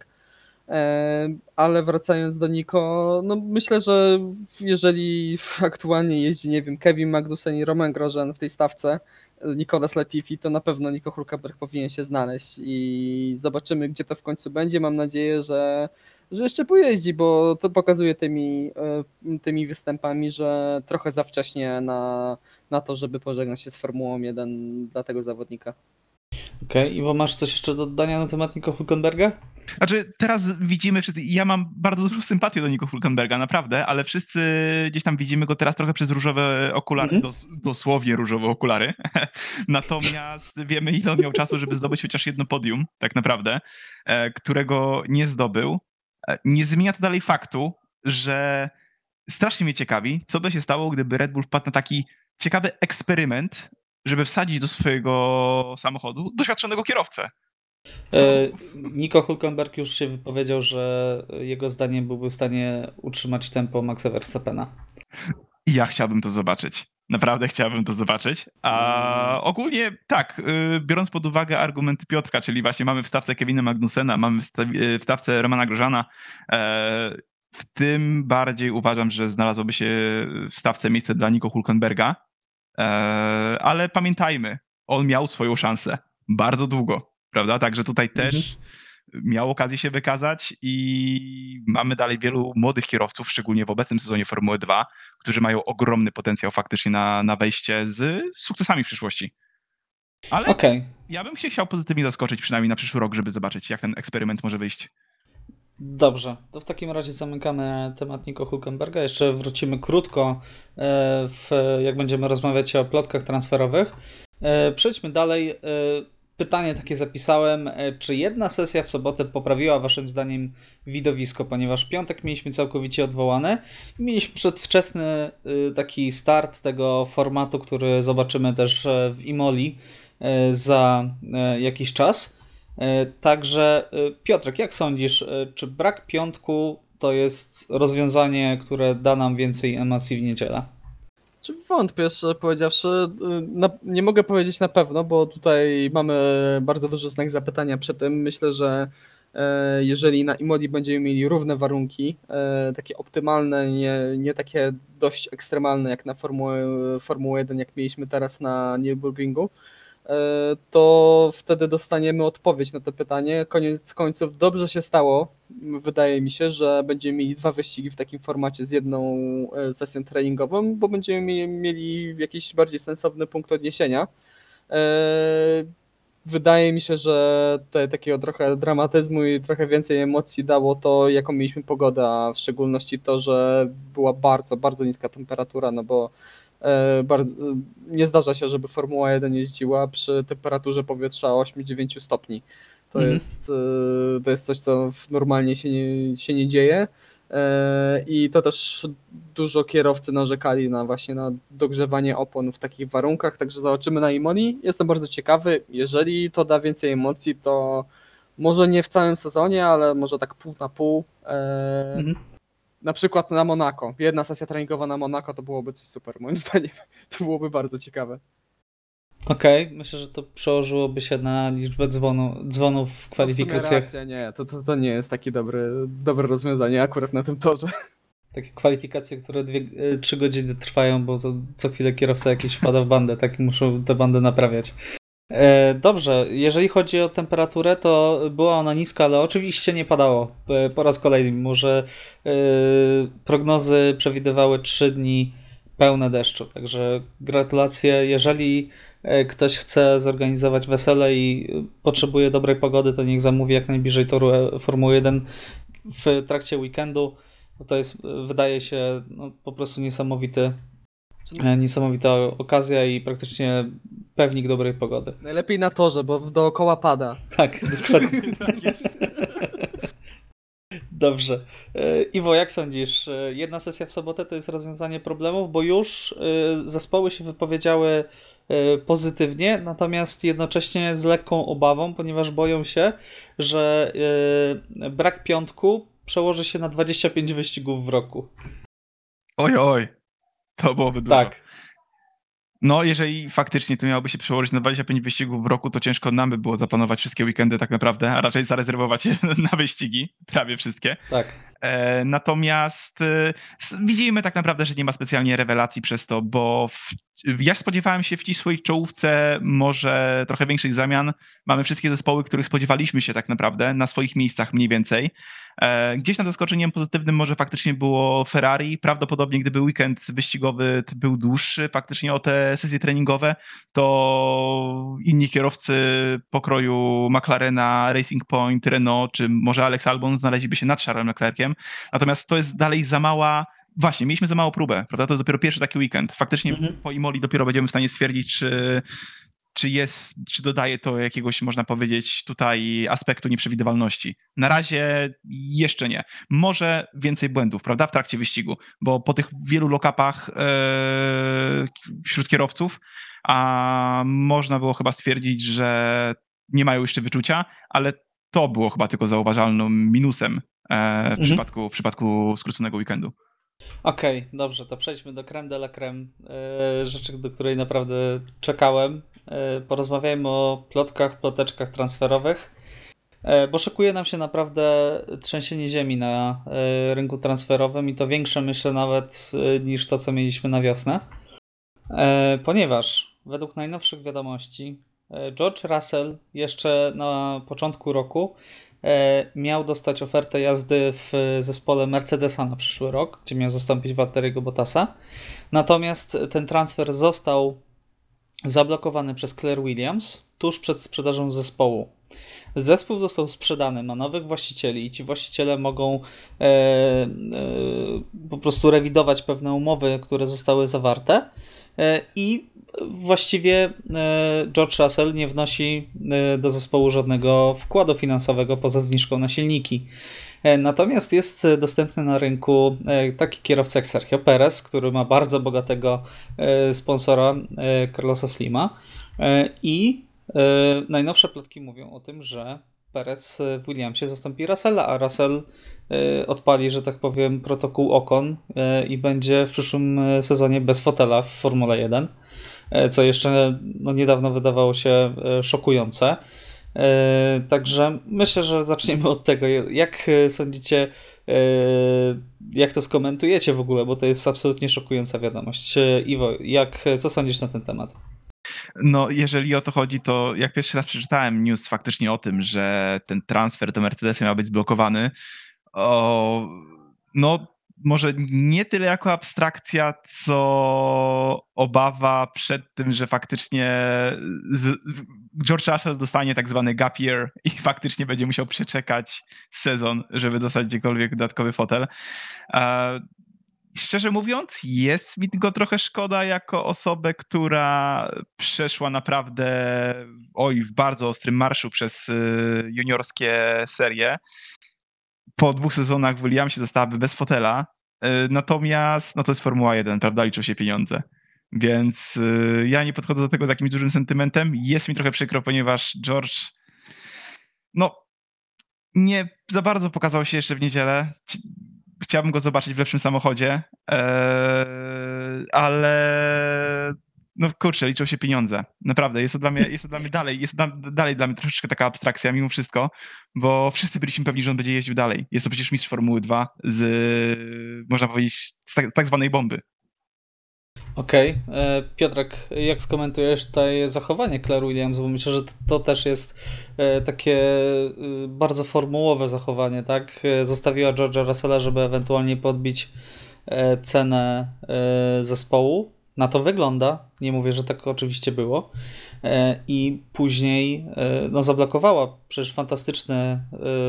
Ale wracając do Nico, no myślę, że jeżeli aktualnie jeździ, nie wiem, Kevin Magnussen i Romain Grosjean w tej stawce, Nicolas Latifi, to na pewno Nico Hülkenberg powinien się znaleźć i zobaczymy, gdzie to w końcu będzie. Mam nadzieję, że jeszcze pojeździ, bo to pokazuje tymi występami, że trochę za wcześnie na to, żeby pożegnać się z Formułą 1 dla tego zawodnika. Okej, Iwo, masz coś jeszcze do dodania na temat Nico Hülkenberga? Znaczy, teraz widzimy wszyscy, ja mam bardzo dużą sympatię do Nico Hülkenberga, naprawdę, ale wszyscy gdzieś tam widzimy go teraz trochę przez różowe okulary, dosłownie różowe okulary. Natomiast wiemy, ile on miał czasu, żeby zdobyć chociaż jedno podium, tak naprawdę, którego nie zdobył. Nie zmienia to dalej faktu, że strasznie mnie ciekawi, co by się stało, gdyby Red Bull wpadł na taki ciekawy eksperyment, żeby wsadzić do swojego samochodu doświadczonego kierowcę. Nico Hülkenberg już się wypowiedział, że jego zdaniem byłby w stanie utrzymać tempo Maxa Verstappena. I ja chciałbym to zobaczyć. Naprawdę chciałbym to zobaczyć. A ogólnie tak, biorąc pod uwagę argumenty Piotrka, czyli właśnie mamy w stawce Kevina Magnusena, mamy w stawce Romana Grosjeana, w tym bardziej uważam, że znalazłoby się w stawce miejsce dla Nico Hülkenberga. Ale pamiętajmy, on miał swoją szansę bardzo długo, prawda? Także tutaj też miał okazję się wykazać i mamy dalej wielu młodych kierowców, szczególnie w obecnym sezonie Formuły 2, którzy mają ogromny potencjał faktycznie na wejście z sukcesami w przyszłości. Ale ja bym się chciał pozytywnie zaskoczyć przynajmniej na przyszły rok, żeby zobaczyć, jak ten eksperyment może wyjść. Dobrze, to w takim razie zamykamy temat Nico Hülkenberga. Jeszcze wrócimy krótko, jak będziemy rozmawiać o plotkach transferowych. Przejdźmy dalej. Pytanie takie zapisałem. Czy jedna sesja w sobotę poprawiła waszym zdaniem widowisko? Ponieważ piątek mieliśmy całkowicie odwołany i mieliśmy przedwczesny taki start tego formatu, który zobaczymy też w Imoli za jakiś czas. Także Piotrek, jak sądzisz, czy brak piątku to jest rozwiązanie, które da nam więcej emocji w niedzielę? Czy wątpię, szczerze powiedziawszy, nie mogę powiedzieć na pewno, bo tutaj mamy bardzo duży znak zapytania przy tym. Myślę, że jeżeli na Imoli będziemy mieli równe warunki, takie optymalne, nie takie dość ekstremalne jak na Formułę 1, jak mieliśmy teraz na Nürburgringu, to wtedy dostaniemy odpowiedź na to pytanie. Koniec końców dobrze się stało, wydaje mi się, że będziemy mieli 2 wyścigi w takim formacie z jedną sesją treningową, bo będziemy mieli jakiś bardziej sensowny punkt odniesienia. Wydaje mi się, że tutaj takiego trochę dramatyzmu i trochę więcej emocji dało to, jaką mieliśmy pogodę, a w szczególności to, że była bardzo, bardzo niska temperatura, no bo nie zdarza się, żeby Formuła 1 jeździła przy temperaturze powietrza 8-9 stopni. To jest coś, co normalnie się nie dzieje. I to też dużo kierowcy narzekali właśnie na dogrzewanie opon w takich warunkach, także zobaczymy na Imoni. Jestem bardzo ciekawy, jeżeli to da więcej emocji, to może nie w całym sezonie, ale może tak pół na pół. Na przykład na Monako. Jedna sesja treningowa na Monako to byłoby coś super, moim zdaniem. To byłoby bardzo ciekawe. Okej, myślę, że to przełożyłoby się na liczbę dzwonów w kwalifikacjach. Racja, nie, to nie jest takie dobre rozwiązanie akurat na tym torze. Takie kwalifikacje, które 3 godziny trwają, bo co chwilę kierowca jakiś wpada w bandę, tak, i muszą tę bandę naprawiać. Dobrze, jeżeli chodzi o temperaturę, to była ona niska, ale oczywiście nie padało. Po raz kolejny, mimo że prognozy przewidywały 3 dni pełne deszczu, także gratulacje. Jeżeli ktoś chce zorganizować wesele i potrzebuje dobrej pogody, to niech zamówi jak najbliżej toru Formuły 1 w trakcie weekendu, bo to jest, wydaje się, po prostu niesamowita okazja i praktycznie pewnik dobrej pogody. Najlepiej na torze, bo dookoła pada. Tak, dokładnie. Tak jest. Dobrze. Iwo, jak sądzisz? Jedna sesja w sobotę to jest rozwiązanie problemów, bo już zespoły się wypowiedziały pozytywnie, natomiast jednocześnie z lekką obawą, ponieważ boją się, że brak piątku przełoży się na 25 wyścigów w roku. Oj, to byłoby dużo. Tak. No, jeżeli faktycznie to miałoby się przełożyć na 25 wyścigów w roku, to ciężko nam by było zaplanować wszystkie weekendy tak naprawdę, a raczej zarezerwować je na wyścigi, prawie wszystkie. Tak. Natomiast widzimy tak naprawdę, że nie ma specjalnie rewelacji przez to, bo ja spodziewałem się w ścisłej czołówce może trochę większych zamian. Mamy wszystkie zespoły, których spodziewaliśmy się tak naprawdę na swoich miejscach mniej więcej. Gdzieś tam zaskoczeniem pozytywnym może faktycznie było Ferrari. Prawdopodobnie gdyby weekend wyścigowy był dłuższy faktycznie o te sesje treningowe, to inni kierowcy pokroju McLarena, Racing Point, Renault, czy może Alex Albon znaleźliby się nad Charlesem Leclerciem. Natomiast to jest dalej za mała. Właśnie, mieliśmy za małą próbę, prawda? To jest dopiero pierwszy taki weekend. Faktycznie po Imoli dopiero będziemy w stanie stwierdzić, czy dodaje to jakiegoś, można powiedzieć, tutaj aspektu nieprzewidywalności. Na razie jeszcze nie. Może więcej błędów, prawda, w trakcie wyścigu, bo po tych wielu lock-upach wśród kierowców można było chyba stwierdzić, że nie mają jeszcze wyczucia, ale to było chyba tylko zauważalnym minusem w przypadku skróconego weekendu. Okej, dobrze, to przejdźmy do crème de la crème, rzeczy, do której naprawdę czekałem. Porozmawiajmy o ploteczkach transferowych, bo szykuje nam się naprawdę trzęsienie ziemi na rynku transferowym i to większe, myślę, nawet niż to, co mieliśmy na wiosnę, ponieważ według najnowszych wiadomości George Russell jeszcze na początku roku miał dostać ofertę jazdy w zespole Mercedesa na przyszły rok, gdzie miał zastąpić Valtteriego Bottasa. Natomiast ten transfer został zablokowany przez Claire Williams tuż przed sprzedażą zespołu. Zespół został sprzedany, ma nowych właścicieli i ci właściciele mogą po prostu rewidować pewne umowy, które zostały zawarte i właściwie George Russell nie wnosi do zespołu żadnego wkładu finansowego poza zniżką na silniki. Natomiast jest dostępny na rynku taki kierowca jak Sergio Perez, który ma bardzo bogatego sponsora Carlosa Slima i najnowsze plotki mówią o tym, że Perez w Williamsie zastąpi Russella, a Russell odpali, że tak powiem, protokół Ocon i będzie w przyszłym sezonie bez fotela w Formule 1, co jeszcze niedawno wydawało się szokujące. Także myślę, że zaczniemy od tego. Jak sądzicie, jak to skomentujecie w ogóle, bo to jest absolutnie szokująca wiadomość. Iwo, co sądzisz na ten temat? No, jeżeli o to chodzi, to jak pierwszy raz przeczytałem news faktycznie o tym, że ten transfer do Mercedesa miał być zblokowany, no może nie tyle jako abstrakcja, co obawa przed tym, że faktycznie George Russell dostanie tak zwany gap year i faktycznie będzie musiał przeczekać sezon, żeby dostać gdziekolwiek dodatkowy fotel. Szczerze mówiąc, jest mi go trochę szkoda jako osobę, która przeszła naprawdę w bardzo ostrym marszu przez juniorskie serie. Po 2 sezonach w Williamsie zostałaby bez fotela. Natomiast no to jest Formuła 1, prawda? Liczą się pieniądze. Więc ja nie podchodzę do tego z jakimś dużym sentymentem. Jest mi trochę przykro, ponieważ George no nie za bardzo pokazał się jeszcze w niedzielę. Chciałbym go zobaczyć w lepszym samochodzie, ale no kurczę, liczą się pieniądze. Naprawdę, jest to dalej dla mnie troszeczkę taka abstrakcja mimo wszystko, bo wszyscy byliśmy pewni, że on będzie jeździł dalej. Jest to przecież mistrz Formuły 2 można powiedzieć, z tak zwanej bomby. Okej. Piotrek, jak skomentujesz tutaj zachowanie Claire Williams, bo myślę, że to też jest takie bardzo formułowe zachowanie, tak? Zostawiła George'a Russella, żeby ewentualnie podbić cenę zespołu. Na to wygląda, nie mówię, że tak oczywiście było. I później no, zablokowała przecież fantastyczny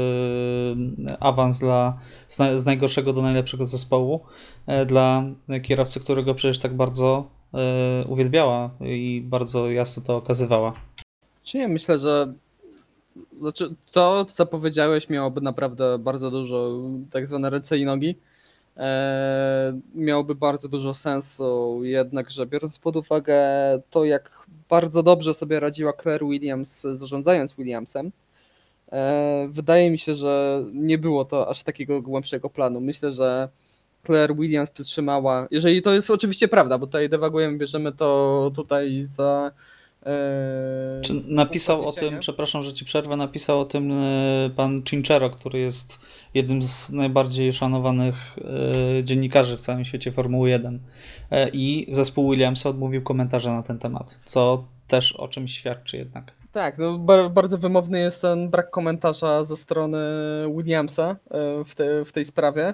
awans z najgorszego do najlepszego zespołu dla kierowcy, którego przecież tak bardzo uwielbiała i bardzo jasno to okazywała. Czy ja myślę, że znaczy to, co powiedziałeś, miałoby naprawdę bardzo dużo tak zwane ręce i nogi. Miałoby bardzo dużo sensu, jednakże biorąc pod uwagę to, jak bardzo dobrze sobie radziła Claire Williams zarządzając Williamsem, wydaje mi się, że nie było to aż takiego głębszego planu. Myślę, że Claire Williams przytrzymała, jeżeli to jest oczywiście prawda, bo tutaj dewagujemy, bierzemy to tutaj za Czy napisał o poniesienie. tym, przepraszam, że ci przerwę, napisał o tym pan Cinchero, który jest jednym z najbardziej szanowanych dziennikarzy w całym świecie Formuły 1. I zespół Williamsa odmówił komentarza na ten temat, co też o czymś świadczy jednak. Tak, no bardzo wymowny jest ten brak komentarza ze strony Williamsa w tej sprawie.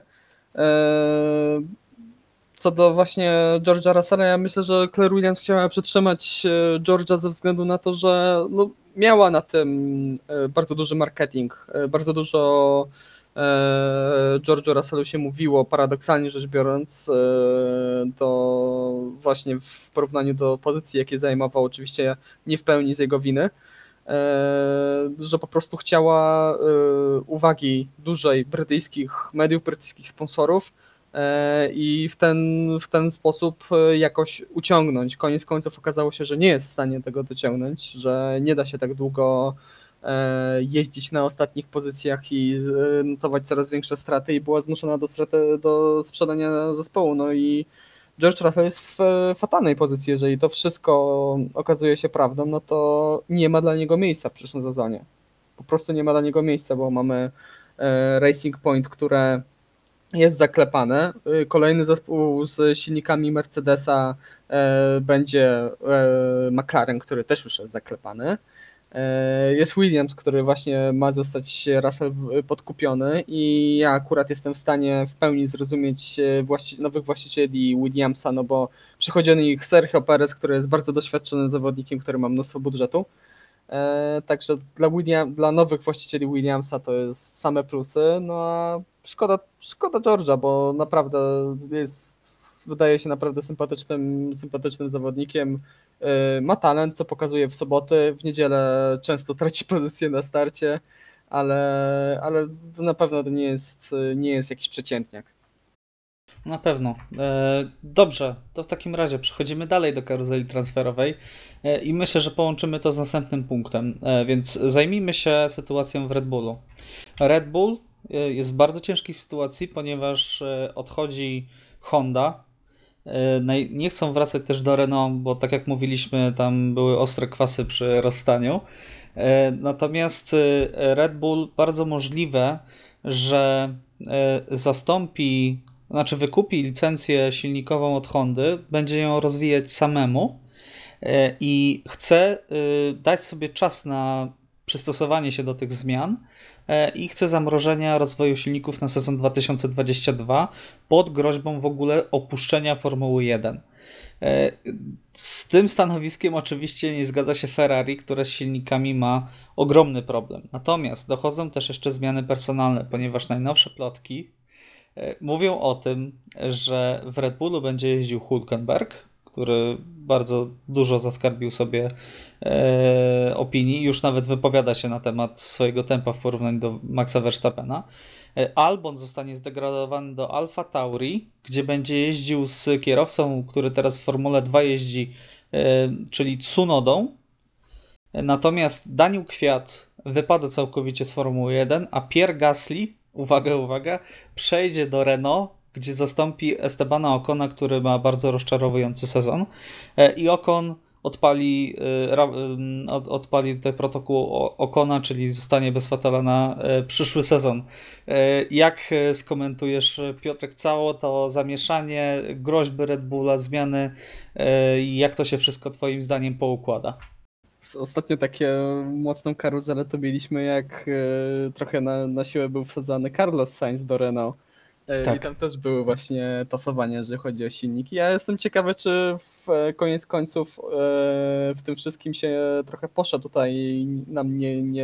Co do właśnie George'a Russella, ja myślę, że Claire Williams chciała przytrzymać George'a ze względu na to, że no, miała na tym bardzo duży marketing, bardzo dużo George'u Russellu się mówiło, paradoksalnie rzecz biorąc, to właśnie w porównaniu do pozycji, jakie zajmował, oczywiście nie w pełni z jego winy, że po prostu chciała uwagi dużej mediów brytyjskich sponsorów i w ten sposób jakoś uciągnąć. Koniec końców okazało się, że nie jest w stanie tego dociągnąć, że nie da się tak długo jeździć na ostatnich pozycjach i notować coraz większe straty i była zmuszona do sprzedania zespołu. No i George Russell jest w fatalnej pozycji. Jeżeli to wszystko okazuje się prawdą, no to nie ma dla niego miejsca w przyszłym sezonie. Po prostu nie ma dla niego miejsca, bo mamy Racing Point, które jest zaklepane. Kolejny zespół z silnikami Mercedesa będzie McLaren, który też już jest zaklepany. Jest Williams, który właśnie ma zostać Russell podkupiony i ja akurat jestem w stanie w pełni zrozumieć nowych właścicieli Williamsa, no bo przychodzi do nich Sergio Perez, który jest bardzo doświadczonym zawodnikiem, który ma mnóstwo budżetu. Także dla nowych właścicieli Williamsa to jest same plusy, no a szkoda George'a, bo naprawdę wydaje się naprawdę sympatycznym zawodnikiem. Ma talent, co pokazuje w soboty, w niedzielę często traci pozycję na starcie, ale to na pewno to nie jest jakiś przeciętniak. Na pewno. Dobrze, to w takim razie przechodzimy dalej do karuzeli transferowej i myślę, że połączymy to z następnym punktem, więc zajmijmy się sytuacją w Red Bullu. Red Bull jest w bardzo ciężkiej sytuacji, ponieważ odchodzi Honda. Nie chcą wracać też do Renault, bo tak jak mówiliśmy, tam były ostre kwasy przy rozstaniu. Natomiast Red Bull bardzo możliwe, że wykupi licencję silnikową od Hondy, będzie ją rozwijać samemu i chce dać sobie czas na przystosowanie się do tych zmian i chce zamrożenia rozwoju silników na sezon 2022 pod groźbą w ogóle opuszczenia Formuły 1. Z tym stanowiskiem oczywiście nie zgadza się Ferrari, które z silnikami ma ogromny problem. Natomiast dochodzą też jeszcze zmiany personalne, ponieważ najnowsze plotki Mówią o tym, że w Red Bullu będzie jeździł Hülkenberg, który bardzo dużo zaskarbił sobie opinii, już nawet wypowiada się na temat swojego tempa w porównaniu do Maxa Verstappena. Albon zostanie zdegradowany do Alfa Tauri, gdzie będzie jeździł z kierowcą, który teraz w Formule 2 jeździ, czyli Tsunodą. Natomiast Daniel Kwiat wypada całkowicie z Formuły 1, a Pierre Gasly, uwaga, przejdzie do Renault, gdzie zastąpi Estebana Ocona, który ma bardzo rozczarowujący sezon. I Ocon odpali tutaj protokół Ocona, czyli zostanie bez fatala na przyszły sezon. Jak skomentujesz, Piotrek, całe to zamieszanie, groźby Red Bulla, zmiany, jak to się wszystko twoim zdaniem poukłada? Ostatnio takie mocną karuzelę to mieliśmy, jak trochę na siłę był wsadzany Carlos Sainz do Renault. Tak. I tam też były właśnie tasowania, jeżeli chodzi o silniki. Ja jestem ciekawy, czy koniec końców w tym wszystkim się trochę Porsche tutaj nam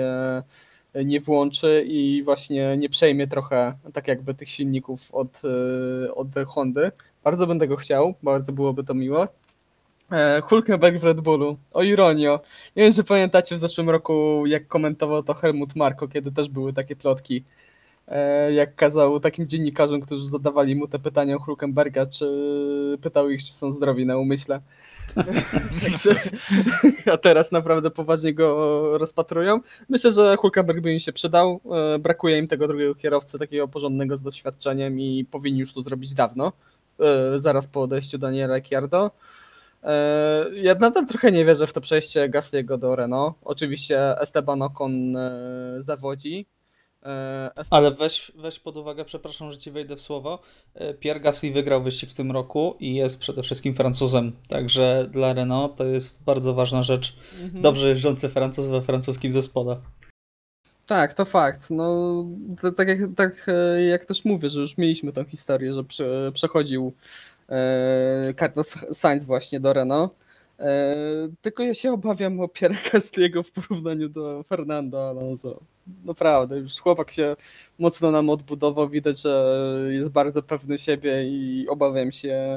nie włączy i właśnie nie przejmie trochę tak jakby tych silników od Hondy. Bardzo będę go chciał, bardzo byłoby to miłe. Hülkenberg w Red Bullu. O ironio. Nie wiem, czy pamiętacie w zeszłym roku, jak komentował to Helmut Marko, kiedy też były takie plotki. Jak kazał takim dziennikarzom, którzy zadawali mu te pytania o Hülkenberga, pytał ich, czy są zdrowi na umyśle. Także, a teraz naprawdę poważnie go rozpatrują. Myślę, że Hülkenberg by im się przydał. Brakuje im tego drugiego kierowcy, takiego porządnego z doświadczeniem i powinni już to zrobić dawno. Zaraz po odejściu Daniela Ricciardo. Ja nadal trochę nie wierzę w to przejście Gasly'ego do Renault. Oczywiście Esteban Ocon zawodzi. Ale weź pod uwagę, przepraszam, że ci wejdę w słowo. Pierre Gasly wygrał wyścig w tym roku i jest przede wszystkim Francuzem. Także dla Renault to jest bardzo ważna rzecz. Dobrze jeżdżący Francuz we francuskim zespole. Tak, to fakt. No, tak jak też mówię, że już mieliśmy tą historię, że przechodził Carlos Sainz właśnie do Renault. Tylko ja się obawiam o Pierre Gasly'ego w porównaniu do Fernando Alonso. Naprawdę, już chłopak się mocno nam odbudował, widać, że jest bardzo pewny siebie i obawiam się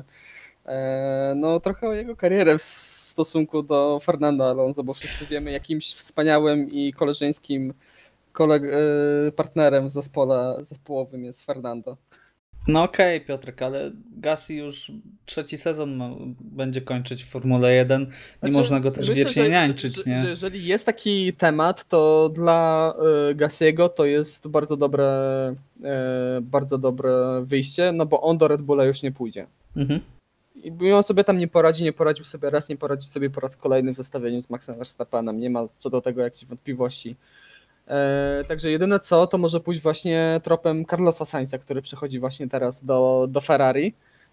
no trochę o jego karierę w stosunku do Fernando Alonso, bo wszyscy wiemy, jakimś wspaniałym i koleżeńskim partnerem w zespole zespołowym jest Fernando. No okej, Piotrek, ale Gasly już trzeci sezon będzie kończyć w Formule 1. Nie można go też wiecznie niańczyć, nie? Że jeżeli jest taki temat, to dla Gasly'ego to jest bardzo dobre wyjście, no bo on do Red Bulla już nie pójdzie. Mhm. I on sobie tam nie poradził sobie raz, nie poradzi sobie po raz kolejny w zestawieniu z Maxem Verstappenem. Nie ma co do tego jakichś wątpliwości. Także jedyne co, to może pójść właśnie tropem Carlosa Sainza, który przychodzi właśnie teraz do Ferrari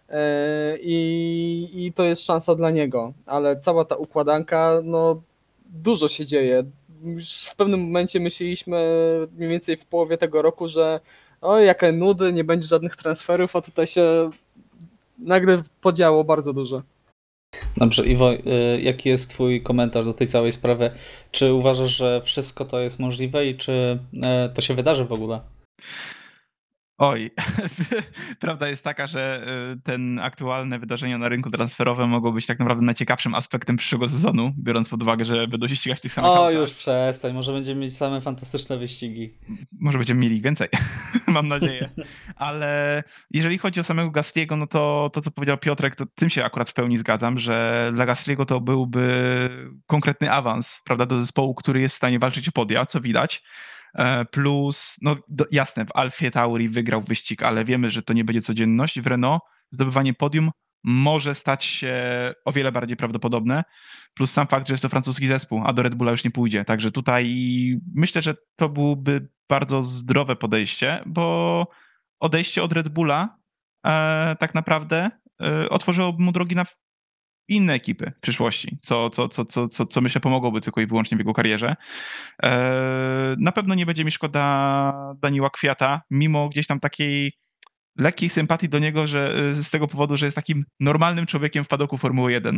i to jest szansa dla niego, ale cała ta układanka, no dużo się dzieje. Już w pewnym momencie myśleliśmy mniej więcej w połowie tego roku, że o jakie nudy, nie będzie żadnych transferów, a tutaj się nagle podziało bardzo dużo. Dobrze, Iwo, jaki jest twój komentarz do tej całej sprawy? Czy uważasz, że wszystko to jest możliwe i czy to się wydarzy w ogóle? Oj, prawda jest taka, że ten aktualne wydarzenia na rynku transferowym mogą być tak naprawdę najciekawszym aspektem przyszłego sezonu, biorąc pod uwagę, że będą się ścigać w tych samych O, autach. już przestań, może będziemy mieć same fantastyczne wyścigi. Może będziemy mieli więcej, mam nadzieję. Ale jeżeli chodzi o samego Gasly'ego, no to co powiedział Piotrek, to tym się akurat w pełni zgadzam, że dla Gasly'ego to byłby konkretny awans, prawda, do zespołu, który jest w stanie walczyć o podia, co widać. Plus, no jasne, w Alfie Tauri wygrał wyścig, ale wiemy, że to nie będzie codzienność. W Renault zdobywanie podium może stać się o wiele bardziej prawdopodobne. Plus sam fakt, że jest to francuski zespół, a do Red Bulla już nie pójdzie. Także tutaj myślę, że to byłoby bardzo zdrowe podejście, bo odejście od Red Bulla tak naprawdę otworzyłoby mu drogi na inne ekipy w przyszłości, co myślę pomogłoby tylko i wyłącznie w jego karierze. Na pewno nie będzie mi szkoda Daniela Kwiata, mimo gdzieś tam takiej lekkiej sympatii do niego, że z tego powodu, że jest takim normalnym człowiekiem w padoku Formuły 1.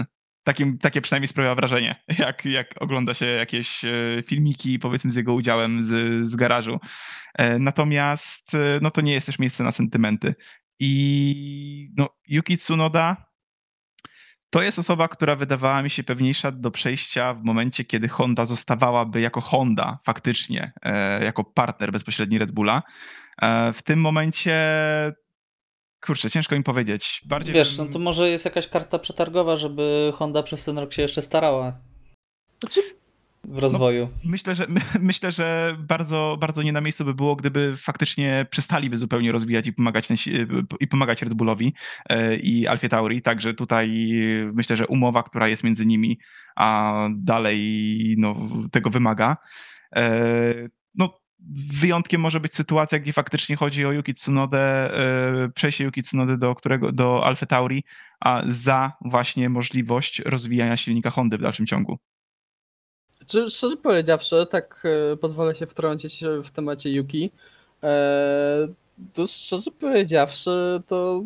Takie przynajmniej sprawia wrażenie, jak ogląda się jakieś filmiki, powiedzmy, z jego udziałem z garażu. Natomiast no to nie jest też miejsce na sentymenty. I no, Yuki Tsunoda to jest osoba, która wydawała mi się pewniejsza do przejścia w momencie, kiedy Honda zostawałaby jako Honda faktycznie, jako partner bezpośredni Red Bulla. W tym momencie, kurczę, ciężko mi powiedzieć. Bardziej Wiesz, no to może jest jakaś karta przetargowa, żeby Honda przez ten rok się jeszcze starała Znaczy, w rozwoju. Myślę, że bardzo, bardzo nie na miejscu by było, gdyby faktycznie przestaliby zupełnie rozwijać i pomagać Red Bullowi i Alfie Tauri. Także tutaj myślę, że umowa, która jest między nimi, a dalej no, tego wymaga. No, wyjątkiem może być sytuacja, gdzie faktycznie chodzi o Yuki Tsunodę, przejście Yuki Tsunody do Alfy Tauri, a za właśnie możliwość rozwijania silnika Hondy w dalszym ciągu. Czy szczerze powiedziawszy, tak pozwolę się wtrącić w temacie Yuki, to szczerze powiedziawszy, to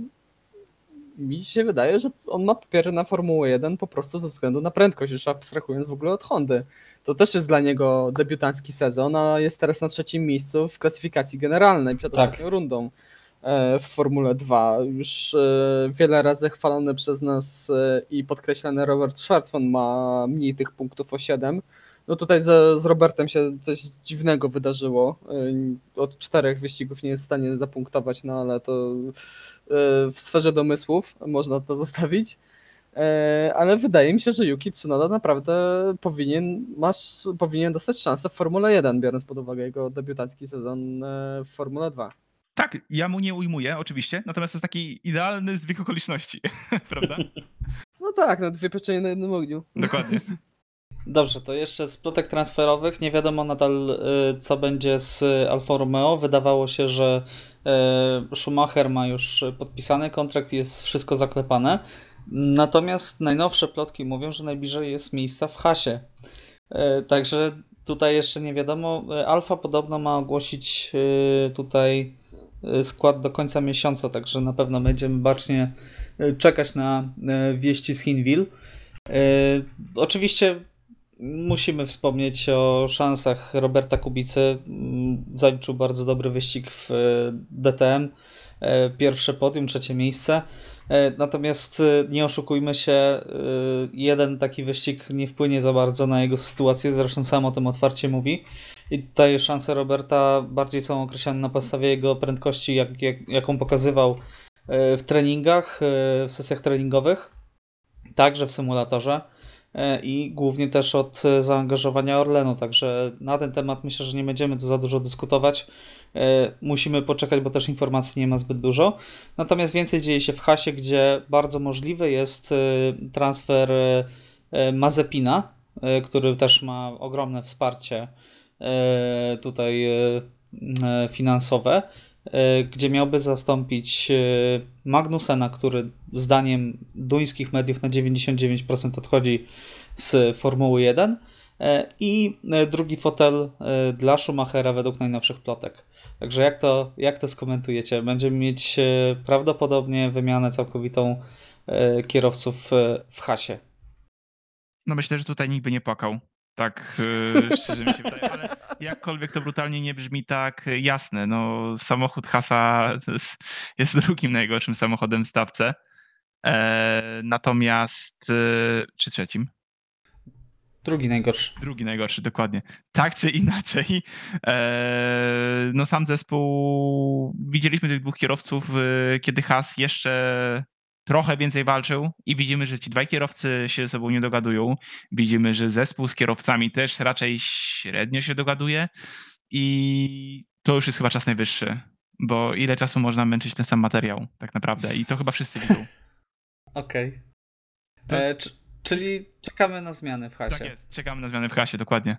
mi się wydaje, że on ma papiery na Formułę 1 po prostu ze względu na prędkość, już abstrahując w ogóle od Hondy. To też jest dla niego debiutancki sezon, a jest teraz na 3. miejscu w klasyfikacji generalnej przed ostatnią rundą w Formule 2. Już wiele razy chwalony przez nas i podkreślany Robert Schwarzman ma mniej tych punktów o 7. No tutaj z Robertem się coś dziwnego wydarzyło. Od 4 wyścigów nie jest w stanie zapunktować, no ale to w sferze domysłów można to zostawić. Ale wydaje mi się, że Yuki Tsunoda naprawdę powinien dostać szansę w Formule 1, biorąc pod uwagę jego debiutancki sezon w Formule 2. Tak, ja mu nie ujmuję oczywiście, natomiast to jest taki idealny zbieg okoliczności, prawda? No tak, no 2 pieczenie na jednym ogniu. Dokładnie. Dobrze, to jeszcze z plotek transferowych. Nie wiadomo nadal, co będzie z Alfa Romeo. Wydawało się, że Schumacher ma już podpisany kontrakt i jest wszystko zaklepane. Natomiast najnowsze plotki mówią, że najbliżej jest miejsca w Hasie. Także tutaj jeszcze nie wiadomo. Alfa podobno ma ogłosić tutaj skład do końca miesiąca, także na pewno będziemy bacznie czekać na wieści z Hinwil. Oczywiście musimy wspomnieć o szansach Roberta Kubicy. Zaliczył bardzo dobry wyścig w DTM. Pierwsze podium, 3. miejsce. Natomiast nie oszukujmy się, jeden taki wyścig nie wpłynie za bardzo na jego sytuację, zresztą sam o tym otwarcie mówi. I tutaj szanse Roberta bardziej są określane na podstawie jego prędkości, jaką pokazywał w treningach, w sesjach treningowych, także w symulatorze i głównie też od zaangażowania Orlenu, także na ten temat myślę, że nie będziemy tu za dużo dyskutować. Musimy poczekać, bo też informacji nie ma zbyt dużo. Natomiast więcej dzieje się w Hasie, gdzie bardzo możliwy jest transfer Mazepina, który też ma ogromne wsparcie tutaj finansowe, gdzie miałby zastąpić Magnusena, który zdaniem duńskich mediów na 99% odchodzi z Formuły 1 i drugi fotel dla Schumachera według najnowszych plotek. Także jak to skomentujecie? Będziemy mieć prawdopodobnie wymianę całkowitą kierowców w Hasie. No myślę, że tutaj nikt by nie płakał. Tak szczerze mi się wydaje, ale jakkolwiek to brutalnie nie brzmi, tak jasne. No, samochód Hasa jest drugim najgorszym samochodem w stawce. Natomiast czy trzecim? Drugi najgorszy, dokładnie. Tak czy inaczej, no sam zespół, widzieliśmy tych 2 kierowców, kiedy Haas jeszcze trochę więcej walczył i widzimy, że ci 2 kierowcy się ze sobą nie dogadują. Widzimy, że zespół z kierowcami też raczej średnio się dogaduje i to już jest chyba czas najwyższy, bo ile czasu można męczyć ten sam materiał tak naprawdę i to chyba wszyscy widzą. Okej. Czyli czekamy na zmiany w Hasie. Tak jest, czekamy na zmiany w Hasie, dokładnie.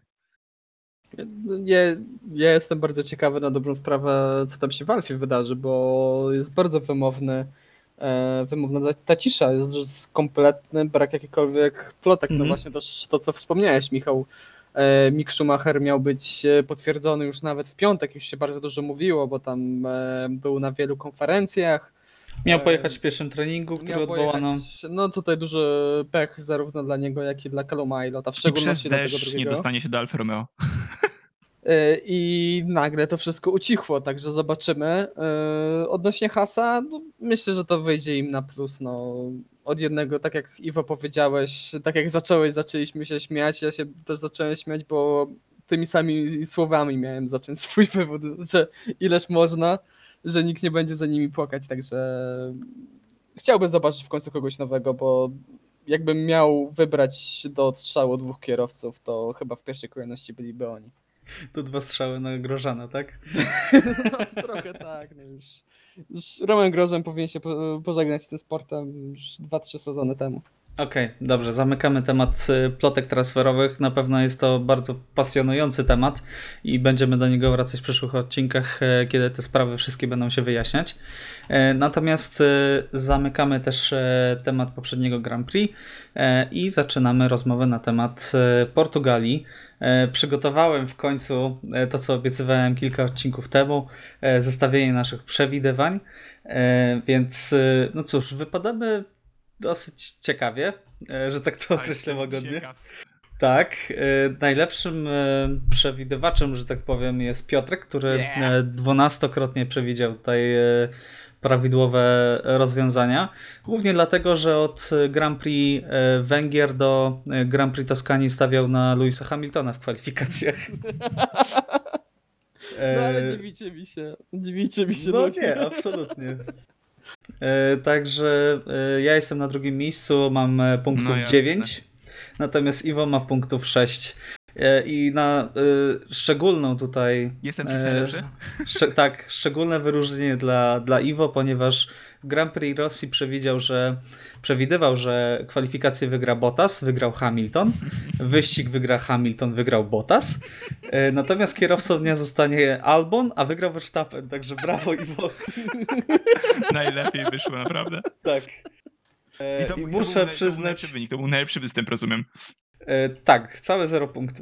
Ja jestem bardzo ciekawy na dobrą sprawę, co tam się w Alfie wydarzy, bo jest bardzo wymowna ta cisza, jest kompletny brak jakichkolwiek plotek. No właśnie też to, co wspomniałeś, Michał. Mick Schumacher miał być potwierdzony już nawet w piątek, już się bardzo dużo mówiło, bo tam był na wielu konferencjach, Miał pojechać w pierwszym treningu, który Miał odwołano. pojechać, no tutaj duży pech zarówno dla niego, jak i dla Calluma Ilota, w I przez szczególności dla tego deszcz nie drugiego. dostanie się do Alfa Romeo. I nagle to wszystko ucichło, także zobaczymy. Odnośnie Hasa, no, myślę, że to wyjdzie im na plus. No. Od jednego, tak jak Iwo powiedziałeś, tak jak zaczęliśmy się śmiać, ja się też zacząłem śmiać, bo tymi samymi słowami miałem zacząć swój wywód, że ileż można, że nikt nie będzie za nimi płakać, także chciałbym zobaczyć w końcu kogoś nowego, bo jakbym miał wybrać do odstrzału 2 kierowców, to chyba w pierwszej kolejności byliby oni. To 2 strzały na Grożana, tak? No, trochę tak, no już Roman Grosjean powinien się pożegnać z tym sportem już 2-3 sezony temu. Okej, dobrze, zamykamy temat plotek transferowych. Na pewno jest to bardzo pasjonujący temat i będziemy do niego wracać w przyszłych odcinkach, kiedy te sprawy wszystkie będą się wyjaśniać. Natomiast zamykamy też temat poprzedniego Grand Prix i zaczynamy rozmowę na temat Portugalii. Przygotowałem w końcu to, co obiecywałem kilka odcinków temu, zestawienie naszych przewidywań, więc no cóż, wypadamy dosyć ciekawie, że tak to określę łagodnie. Ciekaw. Tak, najlepszym przewidywaczem, że tak powiem, jest Piotrek, który 12-krotnie przewidział tutaj prawidłowe rozwiązania. Głównie dlatego, że od Grand Prix Węgier do Grand Prix Toskanii stawiał na Lewisa Hamiltona w kwalifikacjach. No ale dziwicie mi się. No ludzie. nie, absolutnie. Także ja jestem na drugim miejscu, mam punktów No jasne. 9, natomiast Iwo ma punktów 6. I na szczególną tutaj. Jestem czymś najlepszy? Tak, szczególne wyróżnienie dla Iwo, ponieważ Grand Prix Rosji przewidywał, że kwalifikację wygra Bottas, wygrał Hamilton, wyścig wygra Hamilton, wygrał Bottas, natomiast kierowcą dnia zostanie Albon, a wygrał Verstappen, także brawo Iwo. Najlepiej wyszło, naprawdę. Tak. I muszę To był przyznać. najlepszy wynik, to był najlepszy występ, rozumiem. Tak, całe 0 punktów.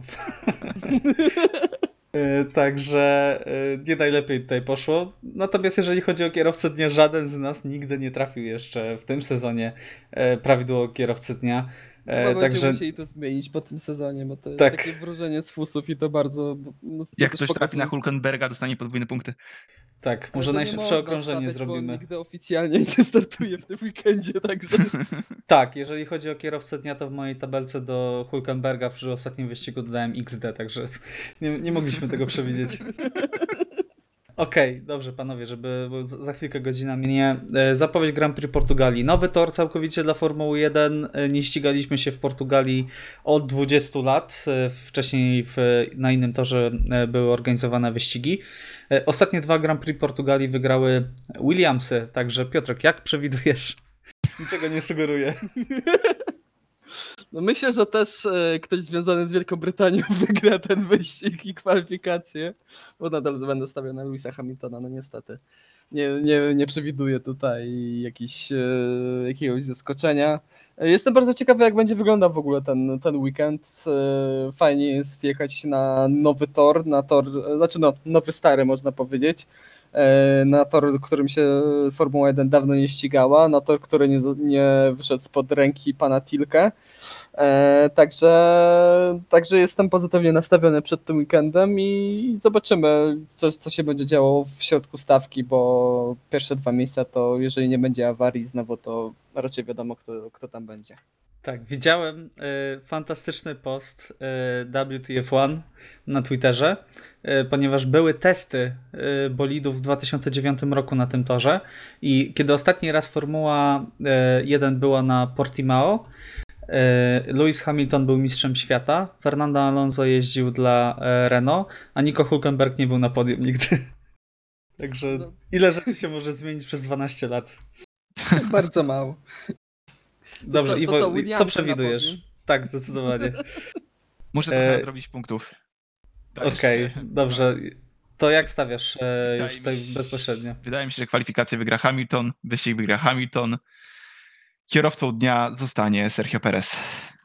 Także nie najlepiej tutaj poszło. Natomiast jeżeli chodzi o kierowcę dnia, żaden z nas nigdy nie trafił jeszcze w tym sezonie prawidłowo kierowcy dnia. Chyba będziemy Także musieli to zmienić po tym sezonie, bo to jest Tak. takie wróżenie z fusów i to bardzo... No, to Jak też ktoś trafi pokazuje- na Hulkenberga, dostanie podwójne punkty. tak, Ale może to nie najszybsze można okrążenie stawiać, bo on zrobimy. nigdy oficjalnie nie startuje w tym weekendzie, także... Tak, jeżeli chodzi o kierowcę dnia, to w mojej tabelce do Hulkenberga przy ostatnim wyścigu dodałem XD, także nie mogliśmy tego przewidzieć. Okej, dobrze panowie, bo za chwilkę godzina minie. Zapowiedź Grand Prix Portugalii. Nowy tor całkowicie dla Formuły 1. Nie ścigaliśmy się w Portugalii od 20 lat. Wcześniej na innym torze były organizowane wyścigi. Ostatnie 2 Grand Prix Portugalii wygrały Williamsy. Także Piotrek, jak przewidujesz? Niczego nie sugeruję. No myślę, że też ktoś związany z Wielką Brytanią wygra ten wyścig i kwalifikacje, bo nadal będę stawiał na Lewisa Hamiltona, no niestety. Nie przewiduję tutaj jakiegoś zaskoczenia. Jestem bardzo ciekawy, jak będzie wyglądał w ogóle ten weekend. Fajnie jest jechać na nowy tor, nowy stary można powiedzieć. Na tor, którym się Formuła 1 dawno nie ścigała, na tor, który nie wyszedł spod ręki pana Tilke. Także jestem pozytywnie nastawiony przed tym weekendem i zobaczymy, co się będzie działo w środku stawki, bo pierwsze 2 miejsca to jeżeli nie będzie awarii znowu, to raczej wiadomo, kto tam będzie. Tak, widziałem fantastyczny post WTF1 na Twitterze, ponieważ były testy bolidów w 2009 roku na tym torze i kiedy ostatni raz Formuła 1 była na Portimao, Lewis Hamilton był mistrzem świata, Fernando Alonso jeździł dla Renault, a Nico Hülkenberg nie był na podium nigdy. Także No. ile rzeczy się może zmienić przez 12 lat? Bardzo mało. Dobrze, co, Iwo, co Williamsy przewidujesz? na podium? Tak, zdecydowanie. Muszę trochę nadrobić punktów. Okej, dobrze. To jak stawiasz Wydaje już tutaj mi się- bezpośrednio? Wydaje mi się, że kwalifikację wygra Hamilton, wyścig wygra Hamilton. Kierowcą dnia zostanie Sergio Perez.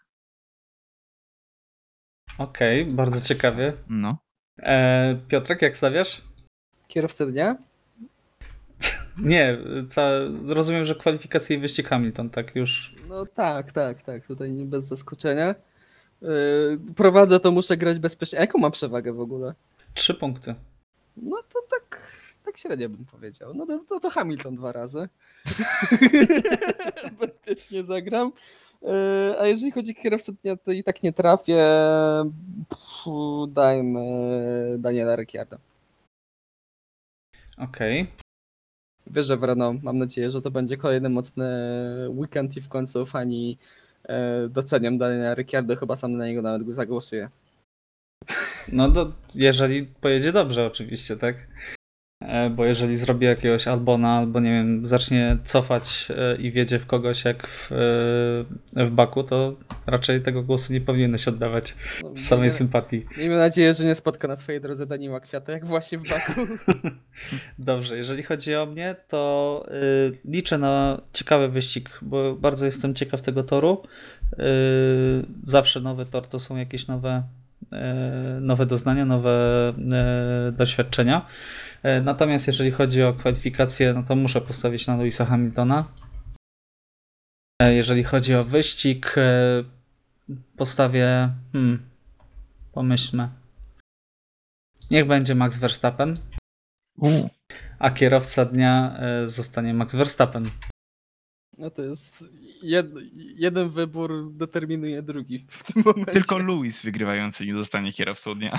Okej, bardzo ciekawie. No. Piotrek, jak stawiasz? Kierowcę dnia? Nie, rozumiem, że kwalifikacje i wyścig Hamilton, tak już. No tak, tutaj nie bez zaskoczenia. Prowadzę, to muszę grać bezpiecznie. A jaką mam przewagę w ogóle? 3 punkty. No to tak średnio bym powiedział. No to Hamilton 2 razy. Bezpiecznie zagram. A jeżeli chodzi o kierowcę dnia, to i tak nie trafię. Dajmy Daniela Ricciardo. Okej. Wierzę w Renault. Mam nadzieję, że to będzie kolejny mocny weekend i w końcu fani docenią Daniela Ricciardo. Chyba sam na niego nawet zagłosuję. No jeżeli pojedzie dobrze oczywiście, tak? Bo jeżeli zrobi jakiegoś Albona, albo nie wiem, zacznie cofać i wjedzie w kogoś jak w Baku, to raczej tego głosu nie powinieneś oddawać No, z samej sympatii. miejmy nadzieję, że nie spotka na swojej drodze Daniela Kwiata, jak właśnie w Baku. Dobrze, jeżeli chodzi o mnie, to liczę na ciekawy wyścig, bo bardzo jestem ciekaw tego toru. Zawsze nowy tor to są jakieś nowe doznania, nowe doświadczenia. Natomiast jeżeli chodzi o kwalifikacje, no to muszę postawić na Lewisa Hamiltona. Jeżeli chodzi o wyścig, postawię... pomyślmy. Niech będzie Max Verstappen, a kierowca dnia zostanie Max Verstappen. No to jest jeden wybór determinuje drugi w tym momencie. Tylko Lewis wygrywający nie zostanie kierowcą dnia.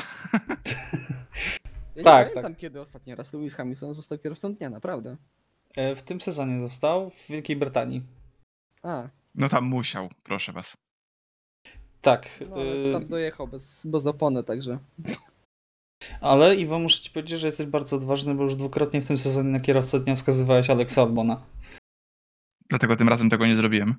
Ja nie Tak, pamiętam, kiedy ostatni raz Lewis Hamilton został kierowcą dnia, naprawdę. W tym sezonie został w Wielkiej Brytanii. A, No tam musiał, proszę was. Tak. no ale tam dojechał bez opony, także. Ale Iwo, muszę ci powiedzieć, że jesteś bardzo odważny, bo już dwukrotnie w tym sezonie na kierowcę dnia wskazywałeś Alexa Albona. Dlatego tym razem tego nie zrobiłem.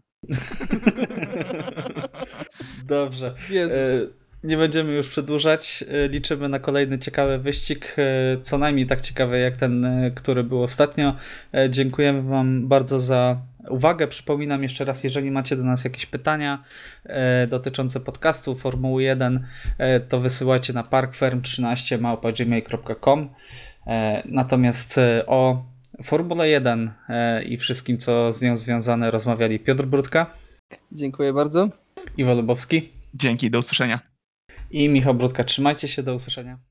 Dobrze. Wierzysz. Nie będziemy już przedłużać. Liczymy na kolejny ciekawy wyścig, co najmniej tak ciekawy jak ten, który był ostatnio. Dziękujemy wam bardzo za uwagę. Przypominam jeszcze raz, jeżeli macie do nas jakieś pytania dotyczące podcastu Formuły 1, to wysyłajcie na parkferm13@gmail.com. Natomiast o Formule 1 i wszystkim, co z nią związane, rozmawiali Piotr Brudka, Dziękuję bardzo. Iwo Lubowski Dzięki, do usłyszenia. i Michał Brudka. Trzymajcie się, do usłyszenia.